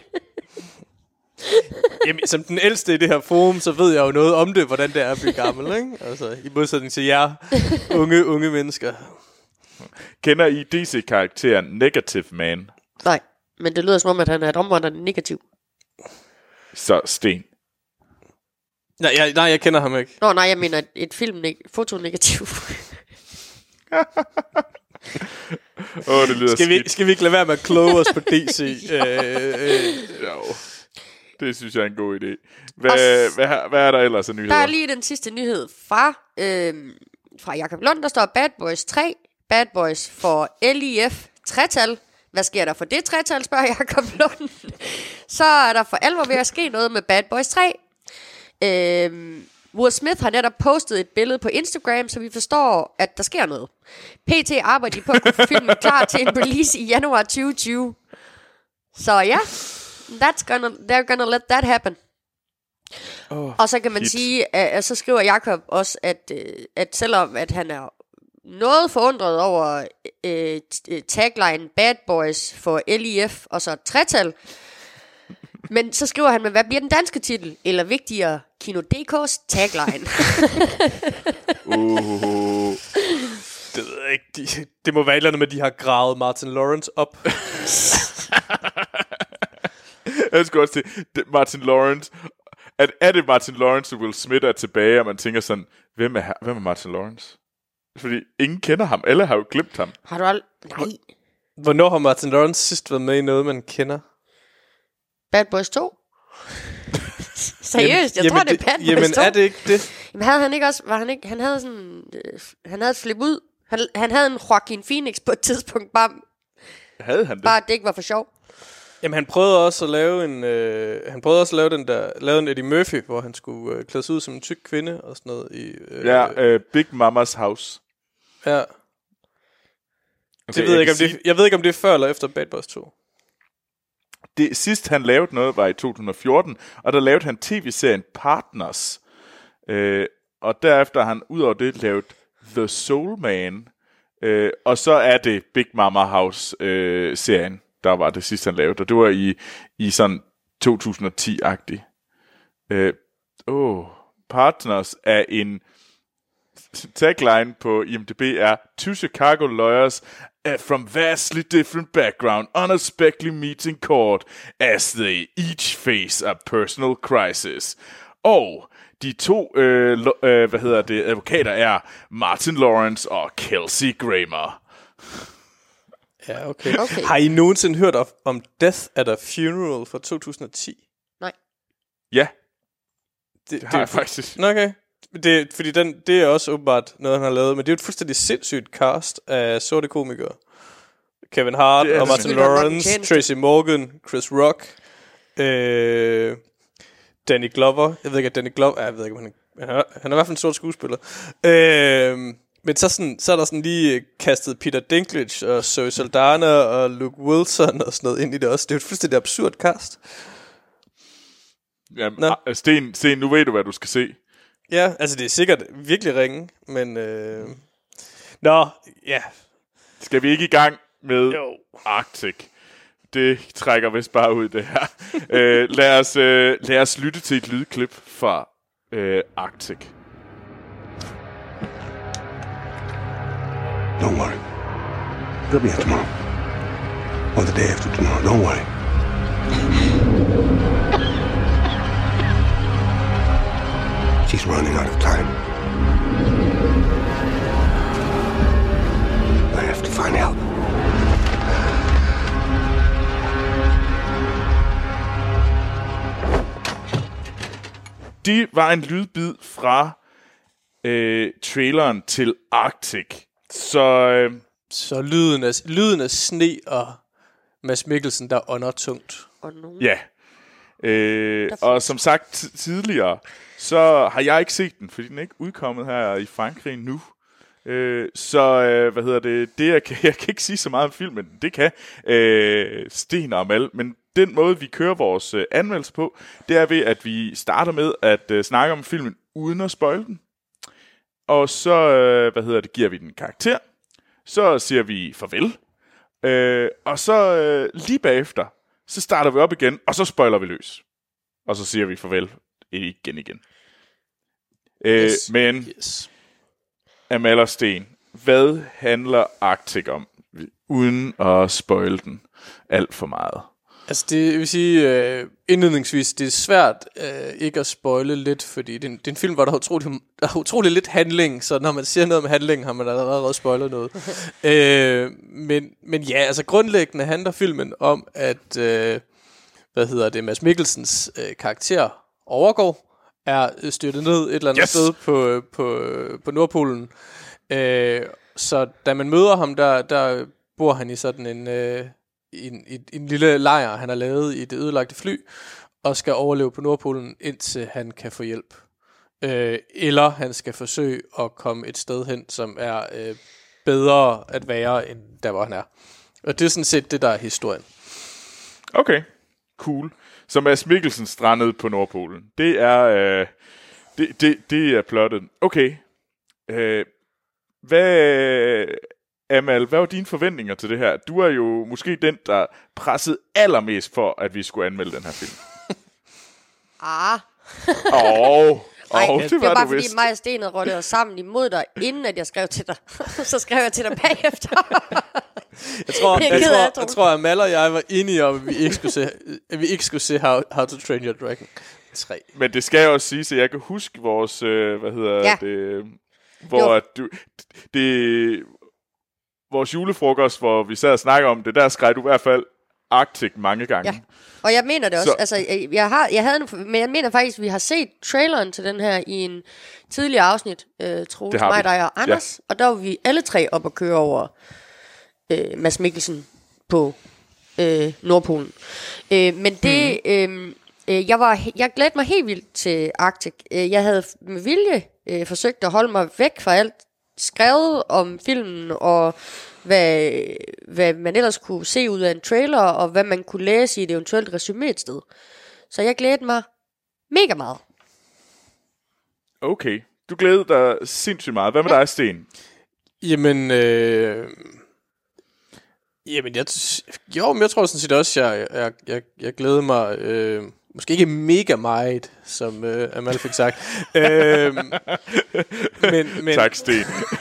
Jamen, som den ældste i det her forum, så ved jeg jo noget om det, hvordan det er at blive gammel, ikke? Altså, i modsætning til jer, unge, unge mennesker. Kender I D C-karakteren Negative Man? Nej, men det lyder som om, at han er et omvandrende negativ. Så Sten. Nej jeg, nej, jeg kender ham ikke. Nå, nej, jeg mener et, et film neg- fotonegativ. Åh, oh, det lyder skal vi, skal vi ikke lade være med at kloge os på D C? øh, øh. Jo, det synes jeg er en god idé. Hvad, hvad, hvad er der ellers af nyheder? Der er lige den sidste nyhed fra, øh, fra Jacob Lund, der står Bad Boys tre Bad Boys for L I F tretal. Hvad sker der for det tretal, spørger Jacob Lund. Så er der for alvor ved at ske noget med Bad Boys tre. Øhm, Will Smith har netop postet et billede på Instagram, så vi forstår, at der sker noget. P T arbejder de på at kunne få filmen klar til en release i januar tyve tyve. Så ja, yeah, that's gonna, they're gonna let that happen. Oh, og så kan man hit. sige, at, at så skriver Jacob også, at, at selvom at han er noget forundret over øh, tagline Bad Boys for L I F og så tretal, men så skriver han, men hvad bliver den danske titel? Eller vigtigere, Kino punktum d k's tagline. uh, det ved jeg ikke. De, det må være et eller andet med, at de har gravet Martin Lawrence op. Jeg skal også til Martin Lawrence. At, er det Martin Lawrence og Will Smith er tilbage, og man tænker sådan, hvem er, hvem er Martin Lawrence? Fordi ingen kender ham. Alle har jo glemt ham. Har du aldrig? Nej. Hvornår har Martin Lawrence sidst været med i noget, man kender? Bad Boys to? Seriøst, jeg jamen, tror, det er Bad Boys jamen, to. er det ikke det? Jamen, havde han ikke også... Var han, ikke, han havde sådan... Øh, han havde et flip ud. Han, han havde en Joaquin Phoenix på et tidspunkt. Bare, havde han det? Bare, at det ikke var for sjov. Jamen, han prøvede også at lave en... Øh, han prøvede også at lave den der... Lave en Eddie Murphy, hvor han skulle øh, klæde sig ud som en tyk kvinde og sådan noget. I, øh, ja, øh, Big Mama's House. Ja. Okay, det ved jeg, jeg, ikke, om sige... det, jeg ved ikke, om det er før eller efter Bad Boys to. Det sidst han lavede noget var i to tusind og fjorten, og der lavede han tv-serien Partners. Øh, og derefter har han ud over det lavet The Soul Man. Øh, og så er det Big Mama House-serien, øh, der var det sidste han lavede. Og det var i, i sådan to tusind og ti-agtig. Øh, oh, Partners er en... Tagline på I M D B er Two Chicago lawyers from vastly different background unexpectedly meet in court as they each face a personal crisis. Og de to øh, lo- øh, hvad hedder det, advokater er Martin Lawrence og Kelsey Grammer. Ja, okay. okay. Har I nogensinde hørt om Death at a Funeral fra to tusind og ti? Nej. Ja, det, det har jeg faktisk. Okay. Det, fordi den, det er også åbenbart noget, han har lavet. Men det er jo et fuldstændig sindssygt cast af sorte komikere. Kevin Hart og Martin Lawrence, Tracy Morgan, Chris Rock, øh, Danny Glover. Jeg ved ikke, at Danny Glover... Jeg ved ikke, om han er... Han er, han er i hvert fald en sort skuespiller. Øh, men så, sådan, så er der sådan lige kastet Peter Dinklage og Zoe Saldana og Luke Wilson og sådan noget ind i det også. Det er jo et fuldstændig absurd cast. Jamen, Sten, Sten, nu ved du, hvad du skal se. Ja, altså det er sikkert virkelig ringe, men... Øh... Nå, ja. Skal vi ikke i gang med jo. Arctic? Det trækker vist bare ud, det her. øh, lad, os, øh, lad os lytte til et lydklip fra øh, Arctic. Don't worry. They'll be here tomorrow. Or the day after tomorrow. Don't worry. She's running out of time. I have to find help. Det var en lydbid fra øh, traileren til Arctic. Så, øh, Så lyden af, lyden af sne og Mads Mikkelsen, der ånder tungt. Ja. Øh, og som sagt t- tidligere, så har jeg ikke set den, fordi den er ikke udkommet her i Frankrig nu. Øh, så øh, hvad hedder det? Det jeg kan, jeg kan ikke sige så meget om filmen. Det kan øh, Sten og Amal, men den måde vi kører vores øh, anmeldelse på, det er ved at vi starter med at øh, snakke om filmen uden at spoile den. Og så øh, hvad hedder det? Giver vi den karakter. Så siger vi farvel. Øh, og så øh, lige bagefter, så starter vi op igen, og så spoiler vi løs. Og så siger vi farvel igen igen. Øh, Yes. Men, Yes. Amal og Sten, hvad handler Arctic om, uden at spoile den alt for meget? Altså det vil sige, øh, indledningsvis, det er svært øh, ikke at spoile lidt, fordi det er, en, det er en film, hvor der er, utrolig, der er utrolig lidt handling, så når man siger noget om handling, har man allerede spoilet noget. øh, men, men ja, altså grundlæggende handler filmen om, at, øh, hvad hedder det, Mads Mikkelsens øh, karakter overgår, er styrtet ned et eller andet Yes! sted på, på, på Nordpolen, øh, så da man møder ham, der, der bor han i sådan en, øh, en, en, en lille lejr, han har lavet i det ødelagte fly, og skal overleve på Nordpolen, indtil han kan få hjælp. Øh, eller han skal forsøge at komme et sted hen, som er øh, bedre at være, end der hvor han er. Og det er sådan set det, der er historien. Okay, cool. Så Mads Mikkelsen strandede på Nordpolen. Det er, øh, det, det, det er plottet. Okay. Øh, hvad, Amal, hvad var dine forventninger til det her? Du er jo måske den, der pressede allermest for, at vi skulle anmelde den her film. Ah. Åh, oh, Nej, oh, det, det var, var bare du fordi vist. mig og Sten havde rottet os sammen imod dig, inden at jeg skrev til dig. Så skrev jeg til dig bagefter. Jeg tror, Jeg jeg, gider tror, ikke, jeg tror, at Mal og jeg var enige om, at vi ikke skulle se, at vi ikke skulle se How, How to Train Your Dragon tre. Men det skal jeg også sige, så jeg kan huske vores, øh, hvad hedder Ja. det, hvor at du, det, vores julefrokost, hvor vi sad og snakkede om det, der skrev du i hvert fald Arctic mange gange. Ja. Og jeg mener det også. Så- Altså, jeg, jeg har, jeg havde, en- men jeg mener faktisk, at vi har set traileren til den her i en tidligere afsnit, øh, Troels, Det har mig, vi. dig og Anders. Ja. Og der var vi alle tre op og køre over øh, Mads Mikkelsen på øh, Nordpolen. Øh, men det, mm. øh, øh, jeg, var, jeg glædte mig helt vildt til Arctic. Øh, jeg havde med vilje øh, forsøgt at holde mig væk fra alt skrevet om filmen, og hvad, hvad man ellers kunne se ud af en trailer, og hvad man kunne læse i et eventuelt resume et sted. Så jeg glædede mig mega meget. Okay, du glædede dig sindssygt meget. Hvad med Ja. dig, Sten? Jamen, øh, jamen jeg, t- jo, men jeg tror sådan set også, jeg, jeg, jeg, jeg glæder mig, øh, måske ikke mega meget, som øh, Amal fik sagt. øh, men, men, Tak, Sten.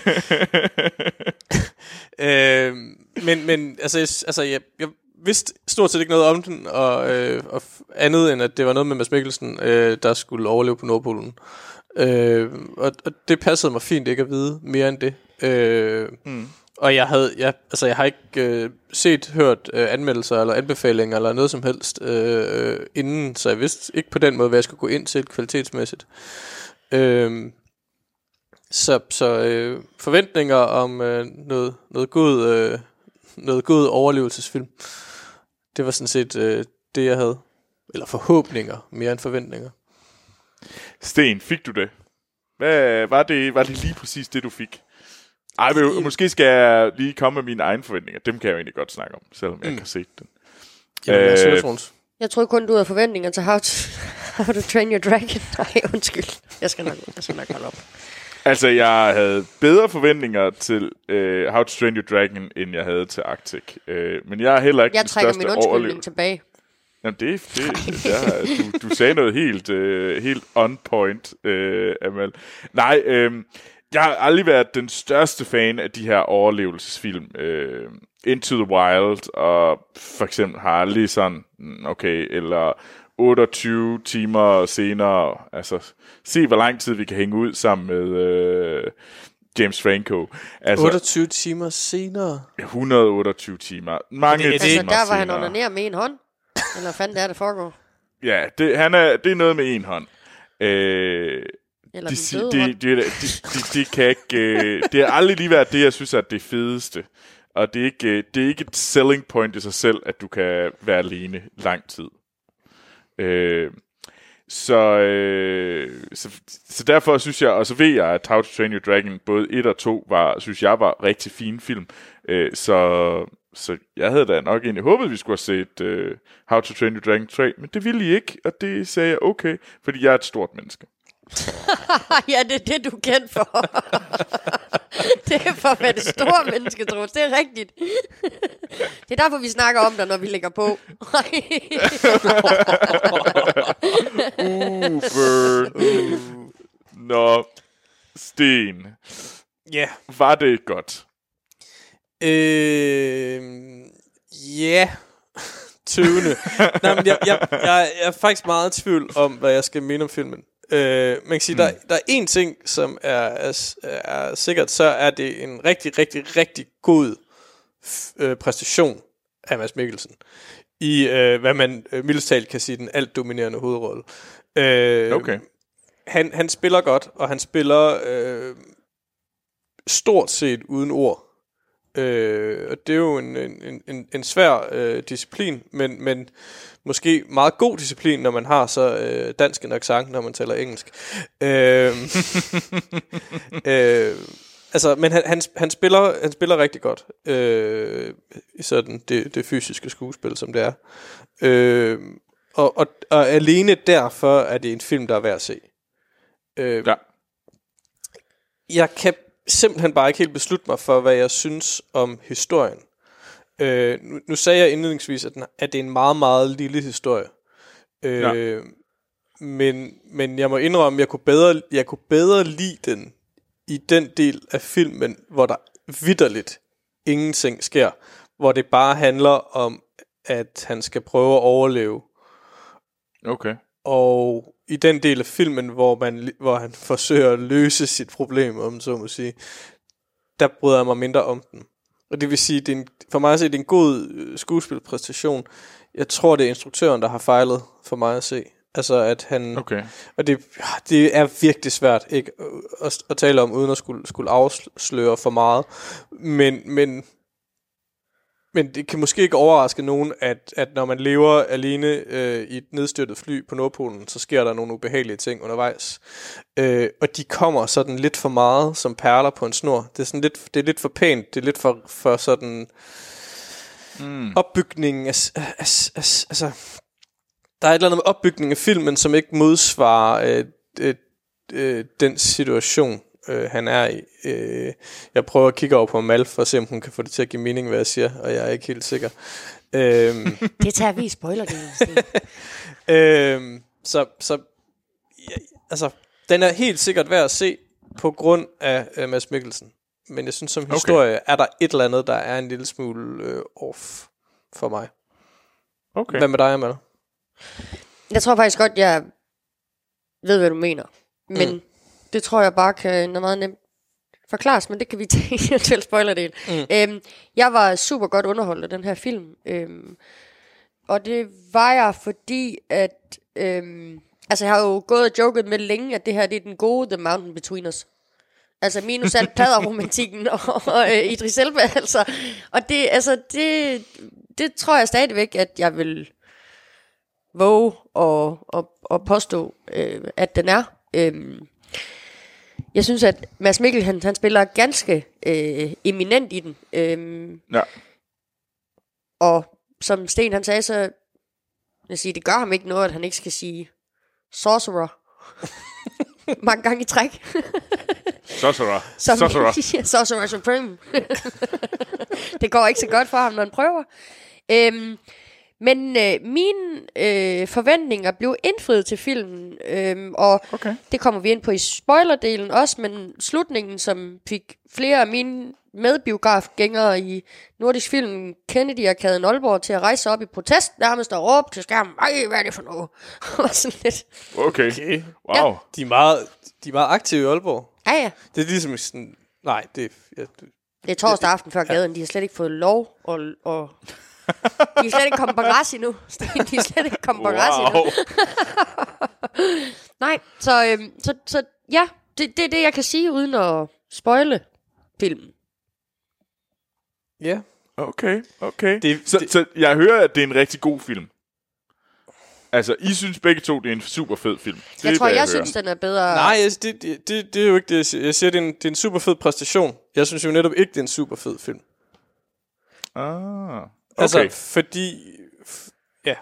øh, men, men altså, jeg, altså jeg, jeg vidste stort set ikke noget om den, og, øh, og f- andet end, at det var noget med Mads Mikkelsen, øh, der skulle overleve på Nordpolen. Øh, og, og det passede mig fint ikke at vide mere end det. Øh, mm. Og jeg havde, jeg, altså jeg har ikke øh, set, hørt øh, anmeldelser eller anbefalinger eller noget som helst øh, inden, så jeg vidste ikke på den måde, hvad jeg skulle gå ind til kvalitetsmæssigt. Øh, så så øh, forventninger om øh, noget noget god øh, noget god overlevelsesfilm. Det var sådan set øh, det jeg havde, eller forhåbninger mere end forventninger. Sten, fik du det? Hvad, var det? Var det lige præcis det, du fik? Ej, men, måske skal jeg lige komme med mine egne forventninger. Dem kan jeg jo egentlig godt snakke om, selvom jeg Mm. ikke har set den. Jamen, Øh, øh, jeg synes, Jeg troede kun, du havde forventninger til How to, how to Train Your Dragon. Nej, undskyld. Jeg skal nok, jeg skal nok holde op. Altså, jeg havde bedre forventninger til uh, How to Train Your Dragon, end jeg havde til Arctic. Uh, men jeg er heller ikke Jeg den trækker største min undskyldning overlever. tilbage. Jamen, det, det, det der, du, du sagde noget helt, uh, helt on point, uh, Amal. Nej, uh, jeg har aldrig været den største fan af de her overlevelsesfilm. Uh, Into the Wild, og for eksempel har aldrig sådan, mm, okay, eller otteogtyve timer senere, altså se hvor lang tid vi kan hænge ud sammen med uh, James Franco. Altså otteogtyve timer senere. et hundrede og otteogtyve timer. Mange Det er det. timer Altså, der var han senere. under nær med en hånd. Eller fanden det er, det foregår. Ja, det, han er, det er noget med en hånd. Øh, Eller de, den si- døde de, hånd. de, de, de, de kan ikke... Øh, det har aldrig lige været det, jeg synes er det fedeste. Og det er, ikke, øh, det er ikke et selling point i sig selv, at du kan være alene lang tid. Øh, så, øh, så, så derfor synes jeg, og så ved jeg, at How to Train Your Dragon, både et og to, var, synes jeg var rigtig fine film. Øh, så, så jeg havde da nok egentlig håbet, at vi skulle have set øh, How to Train Your Dragon tre, men det ville I ikke, og det sagde jeg okay, fordi jeg er et stort menneske. Ja, det er det, du er kendt for. Det er for at være det store menneske, Troels. Det er rigtigt. Det er derfor, vi snakker om dig, når vi lægger på. Uh, burn. Uh. Nå, Sten, Ja. var det godt? Øh, ja. tyvende Nej, men jeg, jeg, jeg, jeg er faktisk meget i tvivl om, hvad jeg skal mene om filmen. Øh, man kan sige, mm. der, der er en ting, som er, er, er sikkert, så er det en rigtig, rigtig, rigtig god f- øh, præstation af Mads Mikkelsen i, øh, hvad man øh, mildest talt kan sige, den alt dominerende hovedrolle. Øh, Okay. han, han spiller godt, og han spiller øh, stort set uden ord. Øh, og det er jo en, en, en, en svær øh, disciplin, men, men måske meget god disciplin, når man har så øh, dansk en accent, når man taler engelsk. Øh, øh, altså, men han, han, han, spiller, han spiller rigtig godt øh, i sådan det, det fysiske skuespil, som det er. Øh, og, og, og alene derfor er det en film, der er værd at se. Øh, ja. Jeg kan simpelthen bare ikke helt beslutte mig for, hvad jeg synes om historien. Øh, nu, nu sagde jeg indledningsvis, at, den, at det er en meget, meget lille historie. Øh, ja. men, men jeg må indrømme, at jeg kunne bedre, jeg kunne bedre lide den i den del af filmen, hvor der vitterligt ingenting sker. Hvor det bare handler om, at han skal prøve at overleve. Okay. Og i den del af filmen, hvor, man, hvor han forsøger at løse sit problem, om så må sige, der bryder jeg mig mindre om den. Og det vil sige, det er en, for mig at se, det er en god skuespilpræstation. Jeg tror, det er instruktøren, der har fejlet for mig at se. Altså at han... Okay. Og det, det er virkelig svært ikke at, at tale om, uden at skulle, skulle afsløre for meget. Men... men Men det kan måske ikke overraske nogen, at, at når man lever alene øh, i et nedstyrtet fly på Nordpolen, så sker der nogle ubehagelige ting undervejs. Øh, og de kommer sådan lidt for meget som perler på en snor. Det er, sådan lidt, det er lidt for pænt, det er lidt for, for sådan mm. opbygningen af, af, af, af, altså, der er et eller andet med opbygningen af filmen, som ikke modsvarer øh, øh, øh, den situation, Øh, han er i. Øh, jeg prøver at kigge over på Mal for at se, om hun kan få det til at give mening, hvad jeg siger, og jeg er ikke helt sikker. øhm, det tager vi i spoiler, det øhm, så, så ja, altså, den er helt sikkert værd at se på grund af øh, Mads Mikkelsen. Men jeg synes, som historie okay. er der et eller andet, der er en lille smule øh, off for mig. Okay. Hvad med dig, Mal? Jeg tror faktisk godt, jeg ved, hvad du mener. Men mm. det tror jeg bare kan noget meget nemt forklares, men det kan vi tage til spoilerdel. Mm. Øhm, jeg var super godt underholdt af den her film. Øhm, og det var jeg, fordi at... Øhm, altså, jeg har jo gået og joket med længe, at det her det er den gode The Mountain Between Us. Altså, minus alt pladderromantikken og, og øh, Idris Elba, altså. Og det, altså, det, det tror jeg stadigvæk, at jeg vil våge og, og, og påstå, øh, at den er. Øhm, Jeg synes, at Mads Mikkelsen, han, han spiller ganske øh, eminent i den. Øhm, ja. Og som Sten han sagde, så jeg siger, det gør ham ikke noget, at han ikke skal sige sorcerer mange gange i træk. Sorcerer. Som, Sorcerer. Sorcerer Supreme. Det går ikke så godt for ham, når han prøver. Øhm, Men øh, mine øh, forventninger blev indfriet til filmen, øh, og okay. det kommer vi ind på i spoilerdelen også, men slutningen, som fik flere af mine medbiografgængere i Nordisk Film, Kennedy Arkaden Aalborg, til at rejse op i protest, nærmest og råbe til skærmen, ej, hvad er det for noget? Og sådan lidt. Okay, okay. Wow. Ja. De er meget, de er meget aktive i Aalborg. Ja, ja. Det er ligesom sådan, nej, det er... Ja, det, det er torsdag aften før gaden, ja. De har slet ikke fået lov, og... og de er slet ikke kommet på græs endnu. De er slet ikke kommet på græs endnu. Nej, så, øhm, så, så ja, det, det er det, jeg kan sige, uden at spoile filmen. Ja. Yeah. Okay, okay. Det, så, det, så jeg hører, at det er en rigtig god film. Altså, I synes begge to, det er en super fed film. Det jeg er, tror, jeg, jeg synes, den er bedre. Nej, altså, det, det, det, det er jo ikke det, jeg siger. Jeg siger, det er, en, det er en super fed præstation. Jeg synes jo netop ikke, det er en super fed film. Ah... Okay. Altså, fordi... F- ja.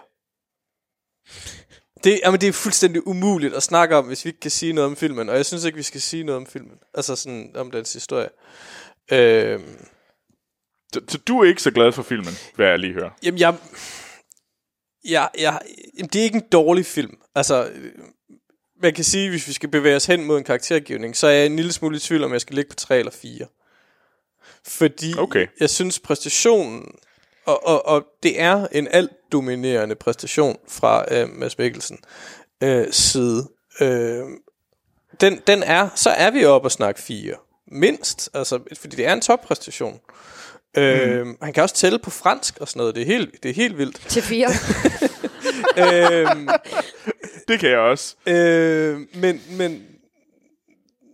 Det, jamen, det er fuldstændig umuligt at snakke om, hvis vi ikke kan sige noget om filmen. Og jeg synes ikke, vi skal sige noget om filmen. Altså sådan, om dens historie. Øhm. Så, så du er ikke så glad for filmen, hvad jeg lige hører? Jamen, jeg... jeg, jeg jamen, det er ikke en dårlig film. Altså... Man kan sige, hvis vi skal bevæge os hen mod en karaktergivning, så er jeg en lille smule i tvivl, om jeg skal ligge på tre eller fire. Fordi okay. jeg synes, præstationen... Og, og, og det er en alt dominerende præstation fra øh, Mads Mikkelsen øh, side. Øh, den, den er, så er vi oppe og snakke fire. Mindst, altså, fordi det er en toppræstation. Øh, mm. Han kan også tælle på fransk og sådan noget. Det er helt, det er helt vildt. Til fire. øh, det kan jeg også. Øh, men, men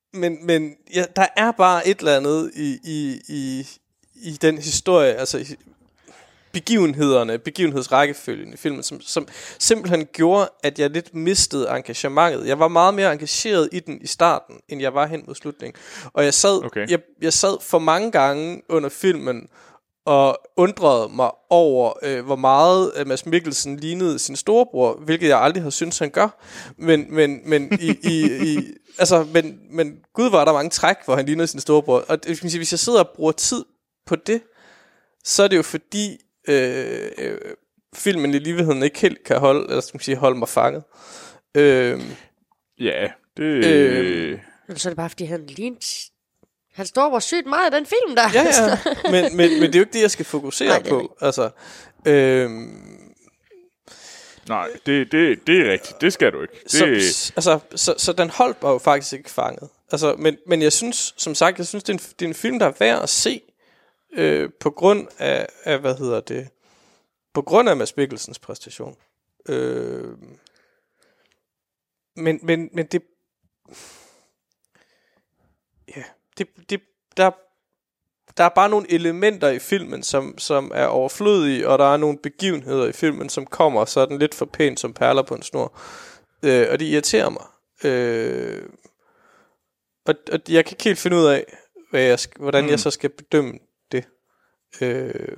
men, men ja, der er bare et eller andet i, i, i, i den historie, altså i begivenhederne, begivenhedsrækkefølgen i filmen, som, som simpelthen gjorde, at jeg lidt mistede engagementet. Jeg var meget mere engageret i den i starten, end jeg var hen mod slutningen. Og jeg sad, okay. jeg, jeg sad for mange gange under filmen og undrede mig over, øh, hvor meget øh, Mads Mikkelsen lignede sin storebror, hvilket jeg aldrig har syntes, han gør. Men, men, men, i, i, i, altså, men, men gud, var der mange træk, hvor han lignede sin storebror. Og det, hvis jeg sidder og bruger tid på det, så er det jo fordi, øh, øh, filmen i liveheden ikke helt kan holde, eller skal man sige, holde mig fanget. Øh, ja, det... Øh, så er det bare, fordi han lignede... Han står hvor sygt meget i den film der. Ja, ja. Men, men, men det er jo ikke det, jeg skal fokusere Nej, på. Altså, øhm, Nej, det, det, det er rigtigt. Det skal du ikke. Det... Så, altså, så, så den holdt mig jo faktisk ikke fanget. Altså, men, men jeg synes, som sagt, jeg synes, det er en, det er en film, der er værd at se, øh, på grund af, af, hvad hedder det, på grund af Mads Mikkelsens præstation. Øh, men, men, men det... Ja... Det, det, der, der er bare nogle elementer i filmen, som, som er overflødige, og der er nogle begivenheder i filmen, som kommer sådan lidt for pænt som perler på en snor. Øh, og det irriterer mig. Øh, og, og jeg kan ikke helt finde ud af, hvad jeg skal, hvordan mm. jeg så skal bedømme det. Øh,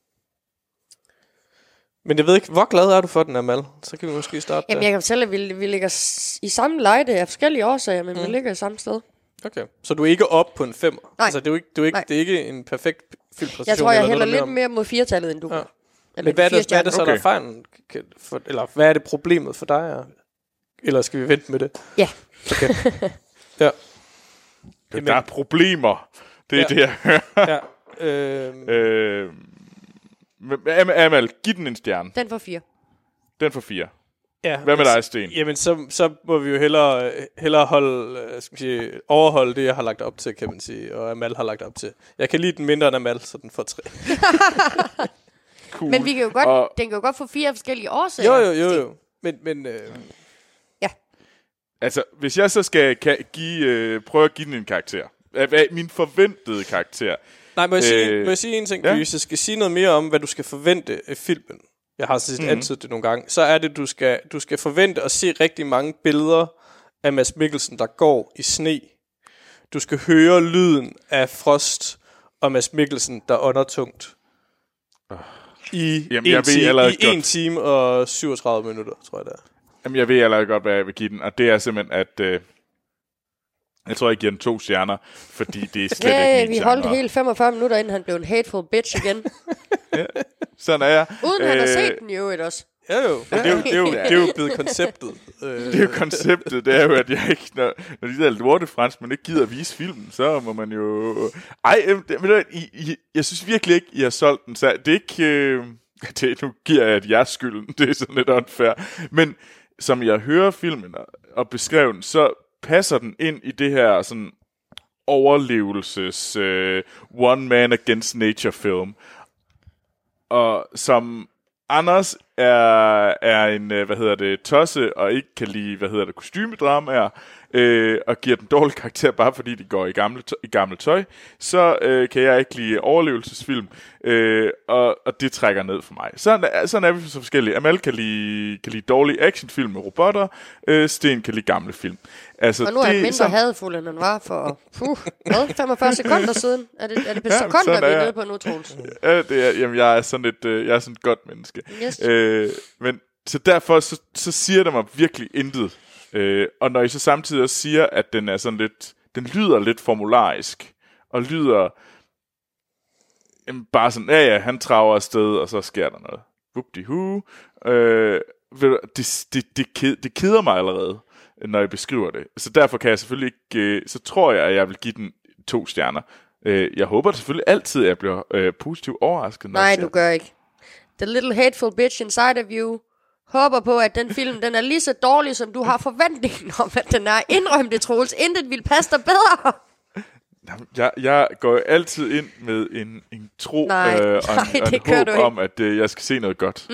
men jeg ved ikke, hvor glad er du for den, Amal? Så kan vi måske starte Jamen, der. jeg kan fortælle, at vi, vi ligger s- i samme lejde af forskellige årsager, men mm. vi ligger i samme sted. Okay, så du er ikke op på en femmer? Nej. Altså, det er jo ikke, det er jo ikke, det er ikke en perfekt filmpræstation? Jeg tror, jeg hælder lidt om. mere mod firetallet, end du. Ja. Men hvad er, det, hvad er det så, okay. der er fejlen? Eller hvad er det problemet for dig? Eller skal vi vente med det? Ja. Okay. Ja. Der er problemer. Det er ja. det, jeg hører. Ja. Øhm. øh, Amal, giv den en stjerne. Den får fire. Den får fire. Ja, hvad med dig, Sten? Jamen, så, så må vi jo hellere, hellere holde, skal man sige, overholde det, jeg har lagt op til, kan man sige, og Amal har lagt op til. Jeg kan lide den mindre end Amal, så den får tre. Cool. Men vi kan jo godt, og den kan jo godt få fire forskellige årsager. Jo, jo, jo, jo. Men, men øh, ja. Altså, hvis jeg så skal kan give, øh, prøve at give den en karakter, hvad min forventede karakter. Nej, må jeg, øh, sige, må jeg sige en ting? Ja? Hvis jeg skal sige noget mere om, hvad du skal forvente af filmen, jeg har set mm-hmm. antydet det nogle gange, så er det, du skal, du skal forvente at se rigtig mange billeder af Mads Mikkelsen, der går i sne. Du skal høre lyden af frost og Mads Mikkelsen, der ånder tungt. Uh. I, Jamen, en, time, i en time og syvogtredive minutter, tror jeg det er. Jamen, jeg ved allerede godt, hvad jeg vil give den, og det er simpelthen, at øh, jeg tror, jeg giver den to stjerner, fordi det er slet ja, ikke min vi holdt genre. Hele femogfyrre minutter, inden han blev en hateful bitch igen. Ja, sådan er jeg. Uden øh, han har set den jo et også. Ja, jo. Men det, er jo, det, er jo, det er jo blevet konceptet. Det er jo konceptet, det er jo, at jeg ikke, når, når de der lortefransk, man ikke gider at vise filmen, så må man jo... Ej, det, men I, I, jeg synes virkelig ikke, I har solgt den. Så det er ikke... Øh, det, nu giver jeg et jeres skylden, det er sådan lidt unfair. Men som jeg hører filmen og, og beskrev den, så passer den ind i det her sådan overlevelses uh, one man against nature film. Og som Anders er, er en, hvad hedder det, tosse, og ikke kan lide, hvad hedder det, kostymedramaer, øh, og giver den dårlig karakter, bare fordi de går i gamle, tøj, i gamle tøj, så øh, kan jeg ikke lide overlevelsesfilm, øh, og, og det trækker ned for mig. Sådan, sådan er vi så forskellige. Amal kan lide, kan lide dårlige actionfilm med robotter, øh, Sten kan lide gamle film. Altså, og nu er det, han mindre som... hadfuld, end han var for puh, hvad, femogfyrre sekunder siden. Er det, er det på ja, sekunder, vi er nede på nu, Troels? Ja, det er, jamen, jeg er sådan et, øh, jeg er sådan et godt menneske. Yes. Øh, men så derfor, så, så siger det mig virkelig intet. Øh, og når I så samtidig også siger, at den er sådan lidt, den lyder lidt formularisk, og lyder jamen, bare sådan, ja ja, han traver afsted, og så sker der noget. Whoop-de-hoo. Øh, det, det, det, ked, det keder mig allerede, når I beskriver det. Så derfor kan jeg selvfølgelig ikke, så tror jeg, at jeg vil give den to stjerner. Jeg håber selvfølgelig altid, at jeg bliver øh, positivt overrasket. Nej, du gør ikke. The little hateful bitch inside of you håber på, at den film, den er lige så dårlig, som du har forventningen om, at den er. Indrøm det, Troels. Intet vil passe dig bedre. Jeg, jeg går altid ind med en, en tro nej, øh, og nej, en, og en håb om, at øh, jeg skal se noget godt.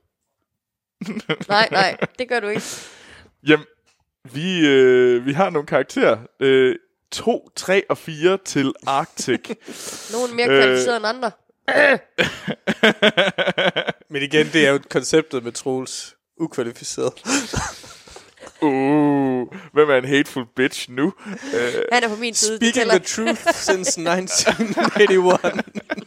nej, nej, det gør du ikke. Jamen, vi, øh, vi har nogle karakterer. Øh, to, tre og fire til Arctic. Nogen mere kvalificeret end andre. Men igen, det er jo konceptet med Troels ukvalificeret. Uh, hvem er en hateful bitch nu? Uh, Han er på min side. Speaking the truth since nitten eighty-one.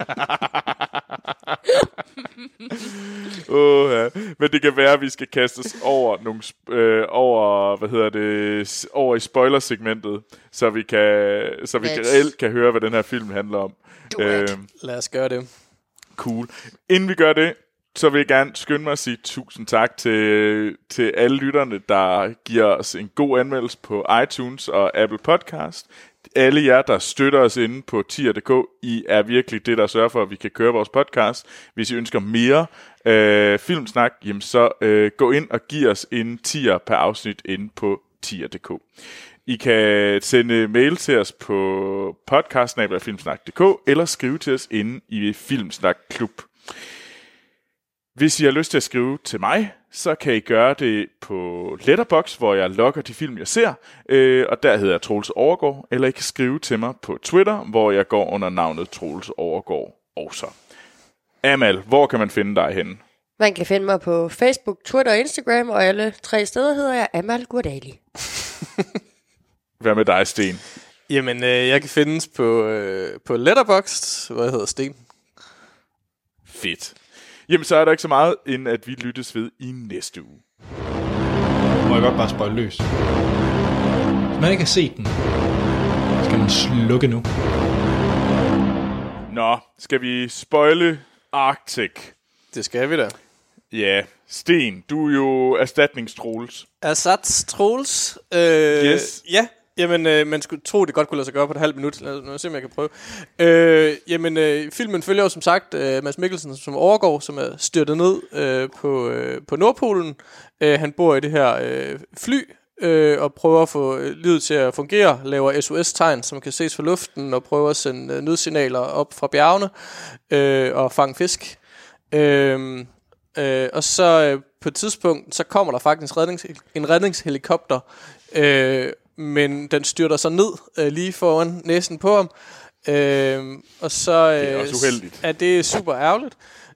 uh, ja. Men det kan være, at vi skal kastes over nogle sp- øh, over, hvad hedder det, over i spoilersegmentet, så vi kan, så vi kan, reelt kan høre, hvad den her film handler om. Uh, Lad os gøre det. Cool. Inden vi gør det, så vil jeg gerne skynde mig at sige tusind tak til, til alle lytterne, der giver os en god anmeldelse på iTunes og Apple Podcast. Alle jer, der støtter os inde på tier punktum d k, I er virkelig det, der sørger for, at vi kan køre vores podcast. Hvis I ønsker mere øh, filmsnak, jamen så øh, gå ind og giv os en tier per afsnit inde på tier punktum d k. I kan sende mail til os på podcast snabel-a filmsnak punktum d k eller skrive til os inde i Filmsnak Klub. Hvis I har lyst til at skrive til mig, så kan I gøre det på Letterboxd, hvor jeg logger de film, jeg ser, øh, og der hedder jeg Troels Overgaard, eller I kan skrive til mig på Twitter, hvor jeg går under navnet Troels Overgaard også. Amal, hvor kan man finde dig henne? Man kan finde mig på Facebook, Twitter og Instagram, og alle tre steder hedder jeg Amal Gurdali. Hvad med dig, Sten? Jamen, øh, jeg kan findes på, øh, på Letterboxd, hvor jeg hedder Sten. Fedt. Jamen, så er der ikke så meget, end at vi lyttes ved i næste uge. Må jeg godt bare spøjle løs. Hvis man ikke har set den, skal man slukke nu. Nå, skal vi spoile Arctic? Det skal vi da. Ja, Sten, du er jo erstatningstroels. Ersatz Troels. Øh, Yes. Ja, jamen øh, man skulle tro, det godt kunne lade sig gøre på et halvt minut. Lad os se, om jeg kan prøve. Øh, jamen, øh, filmen følger jo som sagt øh, Mads Mikkelsen som overgår, som er styrtet ned øh, på, øh, på Nordpolen. Øh, han bor i det her øh, fly, øh, og prøver at få livet til at fungere, laver S O S-tegn, som kan ses fra luften, og prøver at sende øh, nødsignaler op fra bjergene øh, og fange fisk. Øh, øh, og så øh, på et tidspunkt, så kommer der faktisk rednings, en redningshelikopter, øh, men den styrter sig ned øh, lige foran næsen på ham. Øh, og så øh, Det er også uheldigt. er det super ærgerligt.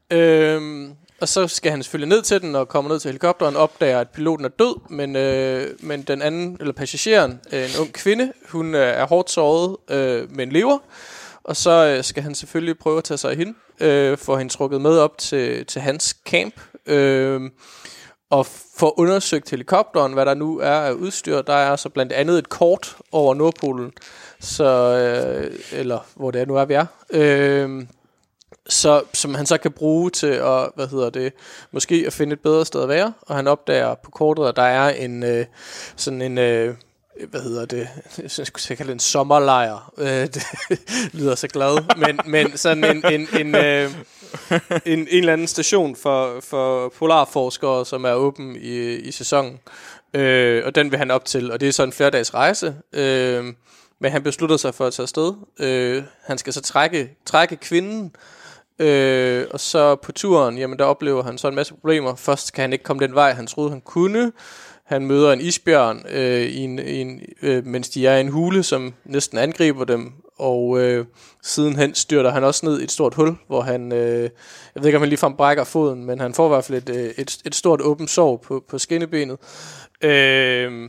Øh, og så skal han selvfølgelig ned til den og kommer ned til helikopteren og opdager, at piloten er død, men, øh, men den anden, eller passageren, øh, en ung kvinde, hun øh, er hårdt såret, øh, men lever. Og så øh, skal han selvfølgelig prøve at tage sig af hende, øh, få hende trukket med op til, til hans camp, øh, og få undersøgt helikopteren, hvad der nu er af udstyr. Der er så blandt andet et kort over Nordpolen, så, øh, eller hvor det er nu er, vi er, øh, så, som han så kan bruge til at, hvad hedder det, måske at finde et bedre sted at være. Og han opdager på kortet, at der er en, øh, sådan en, øh, hvad hedder det, jeg skulle kalde det en sommerlejr. Øh, det lyder så glad, men, men sådan en, en, en, øh, en, en eller anden station for, for polarforskere, som er åben i, i sæsonen. Øh, og den vil han op til, og det er så en flerdags rejse. Øh, men han beslutter sig for at tage afsted. Øh, han skal så trække, trække kvinden, øh, og så på turen, jamen der oplever han så en masse problemer. Først kan han ikke komme den vej, han troede han kunne. Han møder en isbjørn, øh, i en, i en, øh, mens de er i en hule, som næsten angriber dem. Og øh, sidenhen styrter han også ned i et stort hul, hvor han, øh, jeg ved ikke om han ligefrem brækker foden, men han får i hvert fald et, et, et stort åbent sår på, på skinnebenet. Øh,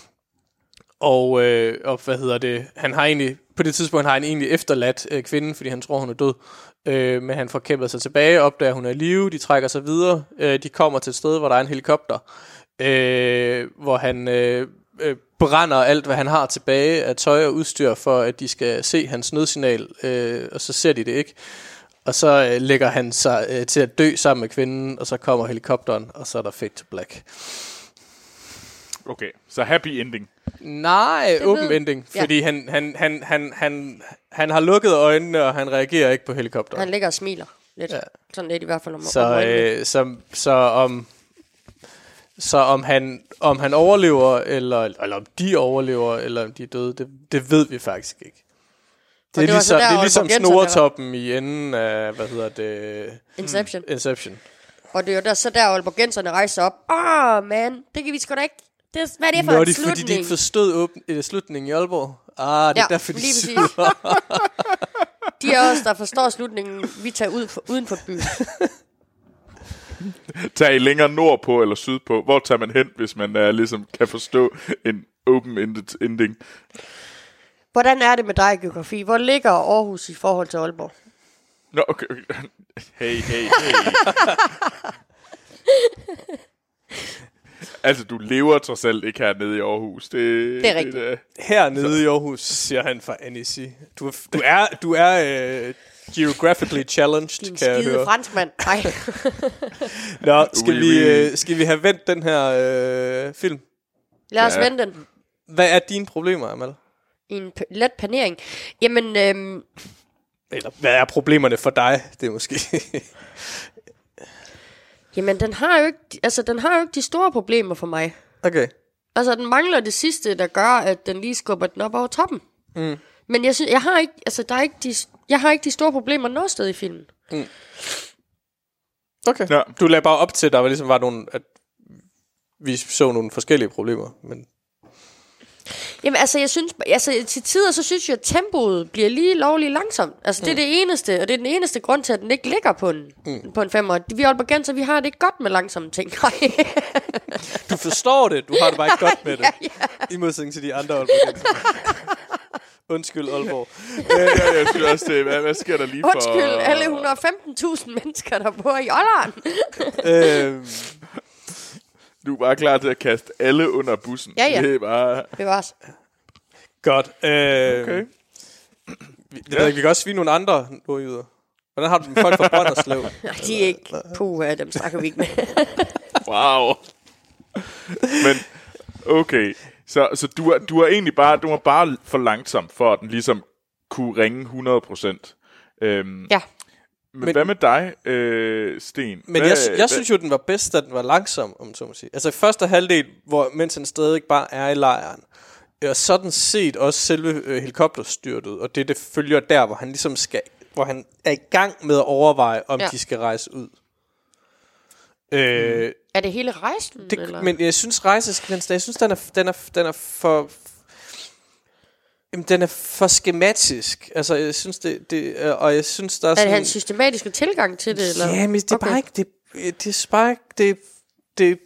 og, øh, og hvad hedder det, han har egentlig, på det tidspunkt har han egentlig efterladt øh, kvinden, fordi han tror hun er død. Øh, men han får kæmpet sig tilbage, opdager hun er i live, de trækker sig videre, øh, de kommer til et sted, hvor der er en helikopter, øh, hvor han øh, øh, brænder alt, hvad han har tilbage af tøj og udstyr, for at de skal se hans nødsignal, øh, og så ser de det ikke. Og så øh, lægger han sig øh, til at dø sammen med kvinden, og så kommer helikopteren, og så er der fade to black. Okay, så happy ending. Nej, Det open ved- ending, Ja. fordi han, han, han, han, han, han har lukket øjnene, og han reagerer ikke på helikopteren. Han ligger og smiler lidt. Ja. Ja. Sådan lidt i hvert fald om, Så, om øjnene. øh, så, så om så om han om han overlever, eller eller om de overlever, eller om de er døde, det, det ved vi faktisk ikke. Det er det var så ligesom, der, det er ligesom Aalborg Genseren, snoretoppen i enden af, hvad hedder det? Inception. Inception. Og det er jo der, så der Aalborgenserne rejser op. Åh, oh, man, det kan vi sgu da ikke. Det, hvad er det for Nå, en de, slutning? fordi de ikke forstod åben, øh, slutningen i Aalborg. Ah, det er Ja, derfor, de lige præcis. syder. De er også, der forstår slutningen. Vi tager ud for, uden for byen. Tag I længere nordpå eller sydpå? Hvor tager man hen, hvis man uh, ligesom kan forstå en open-ended ending? Hvordan er det med dig i geografi? Hvor ligger Aarhus i forhold til Aalborg? Nå, okay, okay. Hey, hey, hey. Altså, du lever trods alt ikke hernede i Aarhus. Det, Det er rigtigt. Det, det, Hernede i Aarhus, siger han fra Annecy. Du, er- du er, du er uh, geographically challenged, Din kan jeg skide høre. franskmand. Nej. Nå, skal, Oui, vi, oui. øh, skal vi have vendt den her øh, film? Lad os Ja. vende den Hvad er dine problemer, Amal? i en p- let panering. Jamen, øhm, Eller hvad er problemerne for dig? Det er måske... jamen den har jo ikke, altså den har jo ikke de store problemer for mig. Okay. Altså, den mangler det sidste, der gør, at den lige skubber den op over toppen. Mm. Men jeg synes, jeg har ikke, altså der er ikke de, jeg har ikke de store problemer noget sted i filmen. Okay. Ja. Du lagde bare op til, at der var ligesom var nogle... At vi så nogle forskellige problemer, men... Jamen altså, jeg synes, altså til tider, så synes jeg, at tempoet bliver lige lovligt langsomt. Altså, det er det eneste, og det er den eneste grund til, at den ikke ligger på en, mm. på en femmer. Vi Aalborgenser, vi har det ikke godt med langsomme ting. Du forstår det, du har det bare ikke godt med det. ja, ja. I modsætning til de andre Aalborgenser. Undskyld, Aalborg. ja, jeg synes også, det, hvad, hvad sker der lige for... Undskyld, alle et hundrede og femten tusind mennesker, der bor i Olleren. øh, Du er bare klar til at kaste alle under bussen. Ja, ja. Det er bare... Bevares. godt. Øh, Okay. vi, det, ja. Vi kan også svine nogle andre nordjyder. Hvordan har du dem folk fra Brønderslev? Nej, de er ikke... Puh, dem snakker vi ikke med. Wow. Men, okay. Så, så du, er, du er egentlig bare, du er bare for langsom, for at den ligesom kunne ringe hundrede procent. Øhm, Ja. men, men Men- hvad med dig, øh, Sten? Men hvad, jeg, jeg synes jo, den var bedst, da den var langsom, om så må sige. Altså i første halvdel, hvor mens han stadig bare er i lejren, og sådan set også selve øh, helikopterstyrtet, og det, det følger der, hvor han ligesom skal, hvor han er i gang med at overveje, om Ja. de skal rejse ud. Øh, Er det hele rejsen? det, eller? men jeg synes rejsesekvensen, jeg synes den er, den er, den er for, jamen, den er for skematisk. Altså jeg synes det, det øh, og jeg synes der er, Er det sådan, hans systematiske tilgang til det? Eller? ja, men det er Okay. bare ikke det, det er bare ikke det, det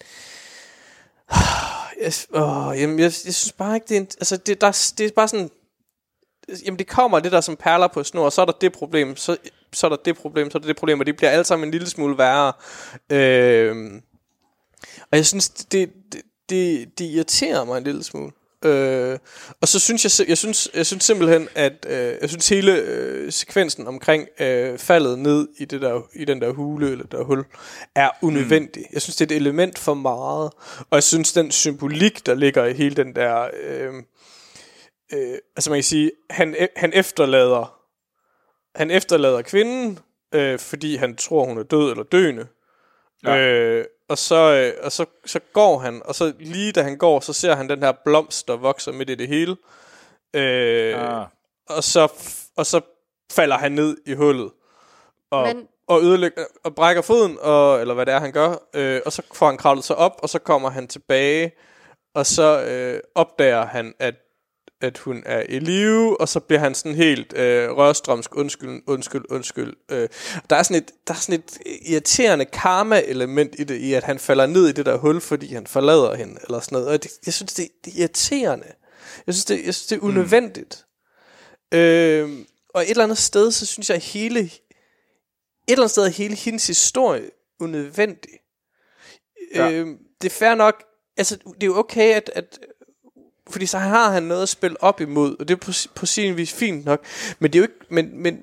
jeg, åh, jamen, jeg, jeg synes bare ikke det er en, altså det, der, det er bare sådan, jamen det kommer det der som perler på snor, og så er der det problem, så, så er der det problem, så er der det problem, og det bliver alle sammen en lille smule værre. Øh, og jeg synes det, det, det, det irriterer mig en lille smule. Øh, og så synes jeg, si- jeg synes, jeg synes simpelthen, at øh, jeg synes hele øh, sekvensen omkring øh, faldet ned i det der, i den der hule eller der hul er unødvendig. Mm. Jeg synes det er et element for meget, og jeg synes den symbolik der ligger i hele den der, øh, øh, altså man kan sige, han e- han efterlader, han efterlader kvinden, øh, fordi han tror hun er død eller døende. Ja. Øh, og så, øh, og så, så går han, og så lige da han går, så ser han den her blomst, der vokser midt i det hele. Øh, Ah. og, så, og så falder han ned i hullet. Og, Men- og, ødelægger, og brækker foden, og, eller hvad det er, han gør. Øh, og så får han kravlet sig op, og så kommer han tilbage. Og så øh, opdager han, at at hun er i live, og så bliver han sådan helt øh, rørstrømsk, undskyld, undskyld, undskyld. Øh, der, er sådan et, der er sådan et irriterende karma-element i det, i at han falder ned i det der hul, fordi han forlader hende, eller sådan noget. Og det, jeg synes, det, det er irriterende. Jeg synes, det, jeg synes, det er unødvendigt. Mm. Øh, og et eller andet sted, så synes jeg, at hele, et eller andet sted er hele hendes historie unødvendig. Ja. Øh, det er fair nok, altså det er jo okay, at, at fordi så har han noget at spille op imod, og det er på, på sin vis fint nok, men det er jo ikke, men, men,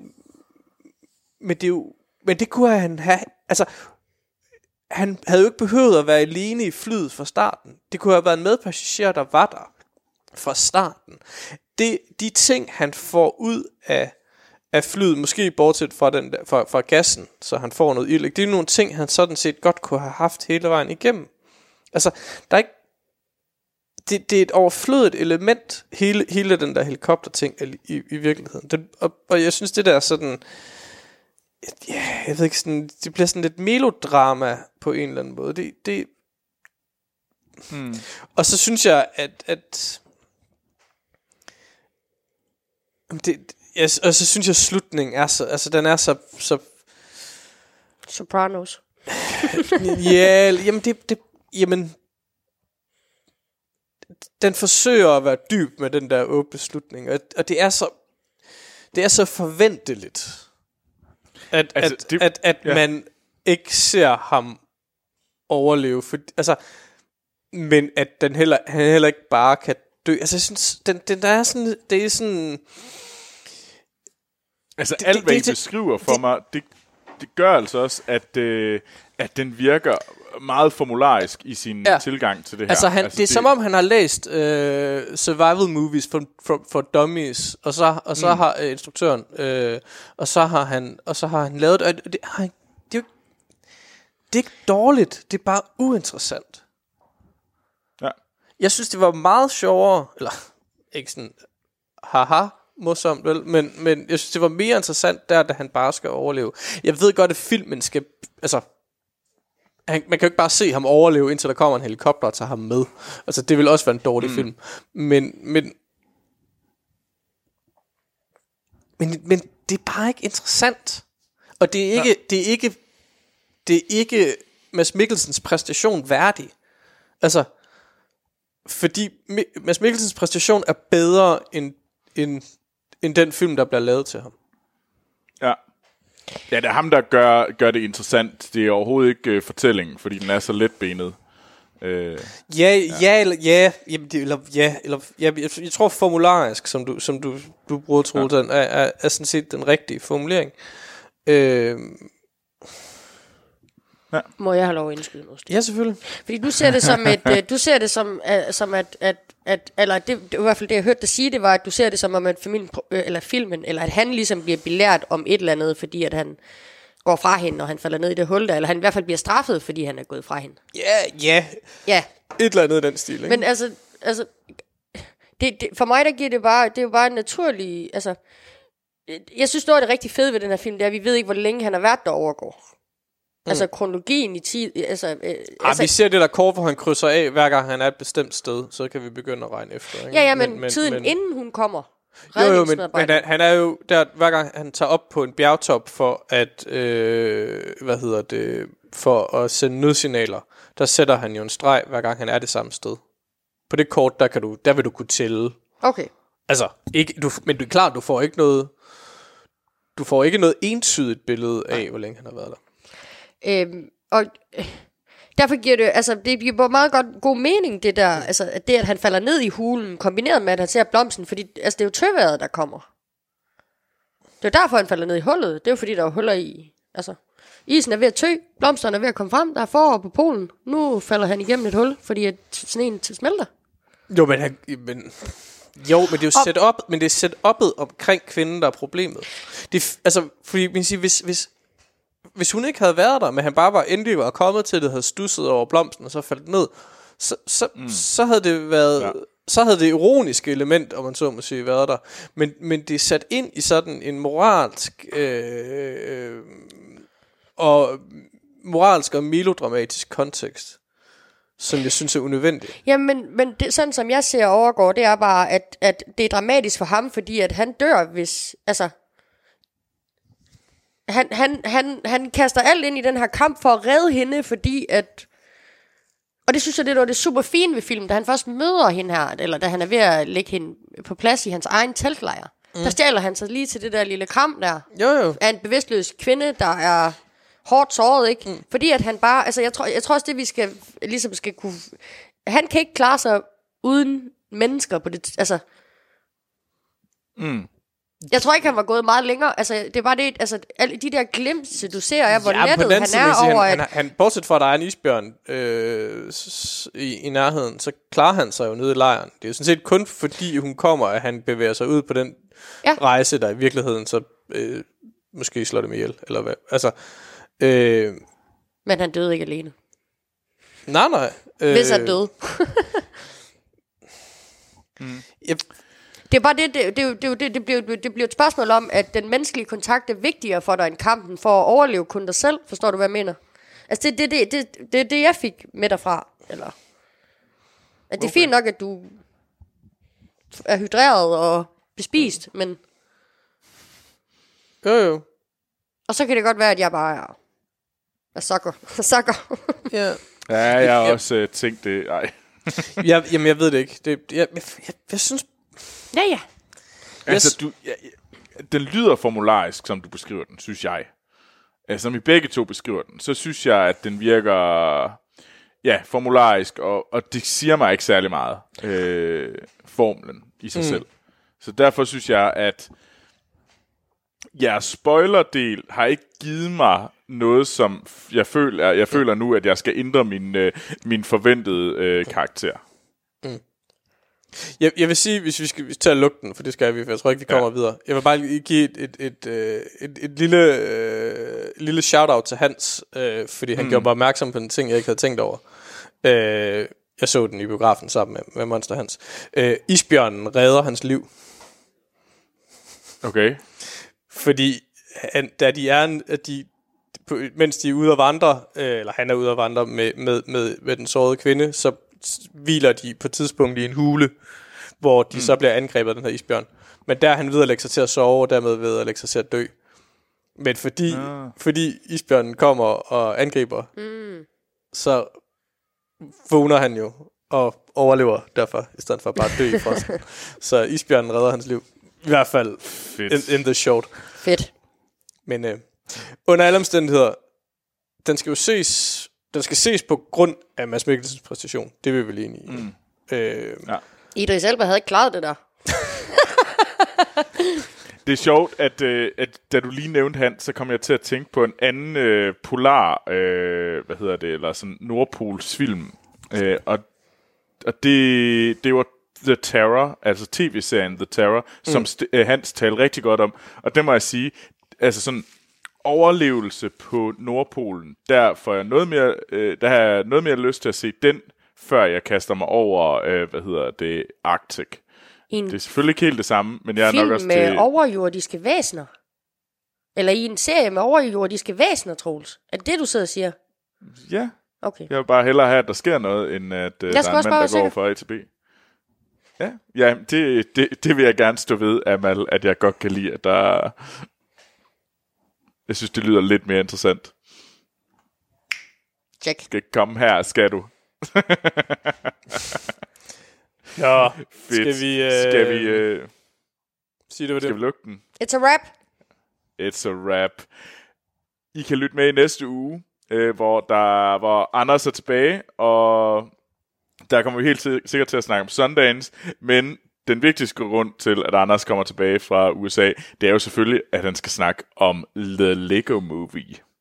men det er jo, men det kunne han have, altså, han havde jo ikke behøvet at være alene i flyet fra starten. Det kunne have været en medpassager, der var der fra starten. Det, de ting, han får ud af, af flyet, måske bortset fra, den der, fra, fra gassen, så han får noget ild, det er nogle ting, han sådan set godt kunne have haft hele vejen igennem. Altså, der er ikke, Det, det er et overflødigt element, hele, hele den der helikopter-ting i, i virkeligheden. Den, og, og jeg synes, det der sådan, ja, jeg ved ikke, sådan, det bliver sådan lidt melodrama på en eller anden måde. Det, det, Hmm. og så synes jeg, at, at Det, jeg, og så synes jeg, slutningen er så... Altså, den er så... så Sopranos. ja, jamen det, det... Jamen... Den forsøger at være dyb med den der åbne slutning. Og, og det er så... Det er så forventeligt. At, altså, at, det, at, at ja. man ikke ser ham overleve. For, altså... Men at den heller, han heller ikke bare kan dø. Altså, jeg synes, den, den der er sådan... Det er sådan... Altså, det, alt det, hvad I det, beskriver for det, mig, det, det gør altså også, at, øh, at den virker meget formularisk i sin ja. tilgang til det her. Altså, han, altså det er det, som om, han har læst øh, survival movies for, for, for dummies, og så, og så mm. har øh, instruktøren, øh, og, så har han, og så har han lavet det. Og det, det, det, er jo, det er ikke dårligt, det er bare uinteressant. Ja. Jeg synes, det var meget sjovere, eller ikke sådan, haha, morsomt, vel? Men, men jeg synes, det var mere interessant der, da han bare skal overleve. Jeg ved godt, at filmen skal... Altså, han, man kan jo ikke bare se ham overleve, indtil der kommer en helikopter og tager ham med. Altså, det vil også være en dårlig mm. film. Men, men... Men, men det er bare ikke interessant. Og det er ikke... Ja. Det er ikke... Det er ikke Mads Mikkelsens præstation værdig. Altså... Fordi Mads Mikkelsens præstation er bedre end, end, end den film, der bliver lavet til ham. Ja. Ja, det er ham, der gør, gør det interessant. Det er overhovedet ikke uh, fortællingen, fordi den er så letbenet. Uh, ja, ja, ja, eller ja, jamen, det, eller, ja, eller ja, jeg, jeg tror formularisk, som du, som du, du bruger, Troels, ja. er, er, er sådan set den rigtige formulering. Øh, Ja. Må jeg have lov at indskyde noget? Ja, selvfølgelig. Fordi du ser det som et, uh, du ser det som, uh, som at, at, at eller det, det var i hvert fald det jeg hørte dig sige, det var at du ser det som om at familien, uh, eller filmen, eller at han ligesom bliver belært om et eller andet, fordi at han går fra hende, og han falder ned i det hul der, eller han i hvert fald bliver straffet, fordi han er gået fra hende. Ja, yeah, ja. Yeah. Ja. Et eller andet i den stil, ikke? Men altså, altså det, det, for mig der giver det bare, det er jo bare en naturlig, altså, jeg synes noget af det rigtig fede ved den her film, det er, at vi ved ikke, hvor længe han har været der overgår. Mm. Altså kronologien i tid. Altså, øh, ah, altså, vi ser det der kort, hvor han krydser af, hver gang han er et bestemt sted, så kan vi begynde at regne efter. Ikke? Ja, ja, men, men tiden men, inden hun kommer. Jo, jo, men, men han er jo der, hver gang han tager op på en bjergtop for at, øh, hvad hedder det, for at sende nødsignaler, der sætter han jo en streg, hver gang han er det samme sted. På det kort, der kan du, der vil du kunne tælle. Okay. Altså, ikke, du, men det er klart, du får ikke noget, du får ikke noget entydigt billede af, hvor længe han har været der. Øhm, og øh, derfor giver det, altså det giver meget godt god mening det der, altså at det at han falder ned i hulen, kombineret med at han ser blomsten, fordi altså det er jo tøvejret der kommer. Det er derfor han falder ned i hullet. Det er jo fordi der er huller i, altså isen er ved at tø, blomsterne er ved at komme frem, der er forår på Polen. Nu falder han igennem et hul, fordi at sneen smelter. Jo, men han, men jo, men det er jo set op, men det er set oppet omkring kvinden der er problemet. Det altså fordi man siger hvis hvis Hvis hun ikke havde været der, men han bare var endelig var kommet til det, havde stusset over blomsten og så faldt ned, så, så, mm. så havde det været, ja. så havde det ironiske element, om man så må sige, været der. Men, men det er sat ind i sådan en moralsk øh, og moralsk og melodramatisk kontekst, som jeg synes er unødvendigt. Ja, men, men det, sådan som jeg ser overgår, det er bare, at, at det er dramatisk for ham, fordi at han dør, hvis, altså Han, han, han, han kaster alt ind i den her kamp for at redde hende, fordi at... Og det synes jeg, det var det super fine ved filmen, da han først møder hende her, eller da han er ved at lægge hende på plads i hans egen teltlejr. Mm. Der stjæler han sig lige til det der lille kram der. Jo, jo. Af en bevidstløs kvinde, der er hårdt såret, ikke? Mm. Fordi at han bare... Altså, jeg tror, jeg tror også, det vi skal... Ligesom skal kunne... Han kan ikke klare sig uden mennesker på det... Altså... Mm. Jeg tror ikke, han var gået meget længere. Altså, det er bare det, altså, alle de der glimse, du ser, er, hvor ja, lettet han er sige, over... Han, at... han, han, bortset fra, at der er en isbjørn øh, s- i, i nærheden, så klarer han sig jo nede i lejren. Det er jo sådan set kun fordi, hun kommer, at han bevæger sig ud på den ja. rejse, der i virkeligheden så øh, måske slår dem ihjel, eller hvad. Altså, øh, Men han døde ikke alene. Nej, nej. Øh, Hvis han døde. mm. jeg, Det er bare det, det, det, det, det, det, bliver, det bliver et spørgsmål om, at den menneskelige kontakt er vigtigere for dig end kampen for at overleve kun dig selv. Forstår du, hvad jeg mener? Altså, det er det, det, det, det, det, jeg fik med derfra. Eller, at det er okay. Fint nok, at du er hydreret og bespist, men... Jo, jo. Og så kan det godt være, at jeg bare er, er sukker. sukker. Ja. Ja, jeg har Jeg- også uh, tænkt det. Ej. jeg, jamen, jeg ved det ikke. Det, jeg, jeg, jeg, jeg synes... Ja, ja. Altså, du, ja, ja, den lyder formularisk, som du beskriver den, synes jeg. Altså, som I begge to beskriver den, så synes jeg, at den virker, ja, formularisk, og, og det siger mig ikke særlig meget, øh, formlen i sig mm. selv. Så derfor synes jeg, at jeres spoilerdel har ikke givet mig noget, som jeg føler, jeg føler nu, at jeg skal ændre min, øh, min forventede øh, karakter. Jeg, jeg vil sige, hvis vi skal tage at lukke den, for det skal vi, for jeg tror ikke, vi kommer ja. videre. Jeg vil bare lige give et, et, et, et, et, et lille, øh, lille shout-out til Hans, øh, fordi han mm. gjorde mig opmærksom på en ting, jeg ikke havde tænkt over. Øh, jeg så den i biografen sammen med, med Monster Hans. Øh, isbjørnen redder hans liv. Okay. Fordi han, da de er, at de, mens de er ude at vandre, øh, eller han er ude at vandre med, med, med, med den sårede kvinde, så hviler de på et tidspunkt i en hule, hvor de mm. så bliver angrebet af den her isbjørn. Men der er han ved at lægge sig til at sove, og dermed ved at lægge sig til at dø. Men fordi, ja. fordi isbjørnen kommer og angriber, mm. så vågner han jo og overlever derfor, i stedet for bare at dø i frosten. Så isbjørnen redder hans liv. I hvert fald in, in the short. Fedt. Men øh, under alle omstændigheder, den skal jo ses, den skal ses på grund af Mads Mikkelsens præstation. Det er vi vel enige i. Mm. Øh, ja. Idris Elba havde ikke klaret det der. Det er sjovt, at, øh, at da du lige nævnte han, så kom jeg til at tænke på en anden øh, polar, øh, hvad hedder det, eller sådan Nordpols film. Øh, og og det, det var The Terror, altså tv-serien The Terror, mm. som st- øh, Hans talte rigtig godt om. Og det må jeg sige, altså sådan overlevelse på Nordpolen, der får jeg noget mere, øh, der har jeg noget mere lyst til at se den, før jeg kaster mig over, øh, hvad hedder det, Arctic. En det er selvfølgelig ikke helt det samme, men jeg er film nok også med til overjordiske væsener. Eller i en serie med overjordiske væsener, Troels. Er det det, du sidder og siger? Ja. Okay. Jeg vil bare hellere have, at der sker noget, end at øh, der er en mand, der går fra A til B. Ja, ja det, det, det vil jeg gerne stå ved, Amal, at jeg godt kan lide, at der... Jeg synes, det lyder lidt mere interessant. Check. Skal ikke komme her, skal du? Ja, fedt. Skal vi... Øh... Skal vi... Øh... Sige det, skal det. vi lukke den? It's a wrap. It's a wrap. I kan lytte med i næste uge, øh, hvor, der, hvor Anders er tilbage, og der kommer vi helt sikkert til at snakke om Sundance, men den vigtigste grund til, at Anders kommer tilbage fra U S A, det er jo selvfølgelig, at han skal snakke om The Lego Movie.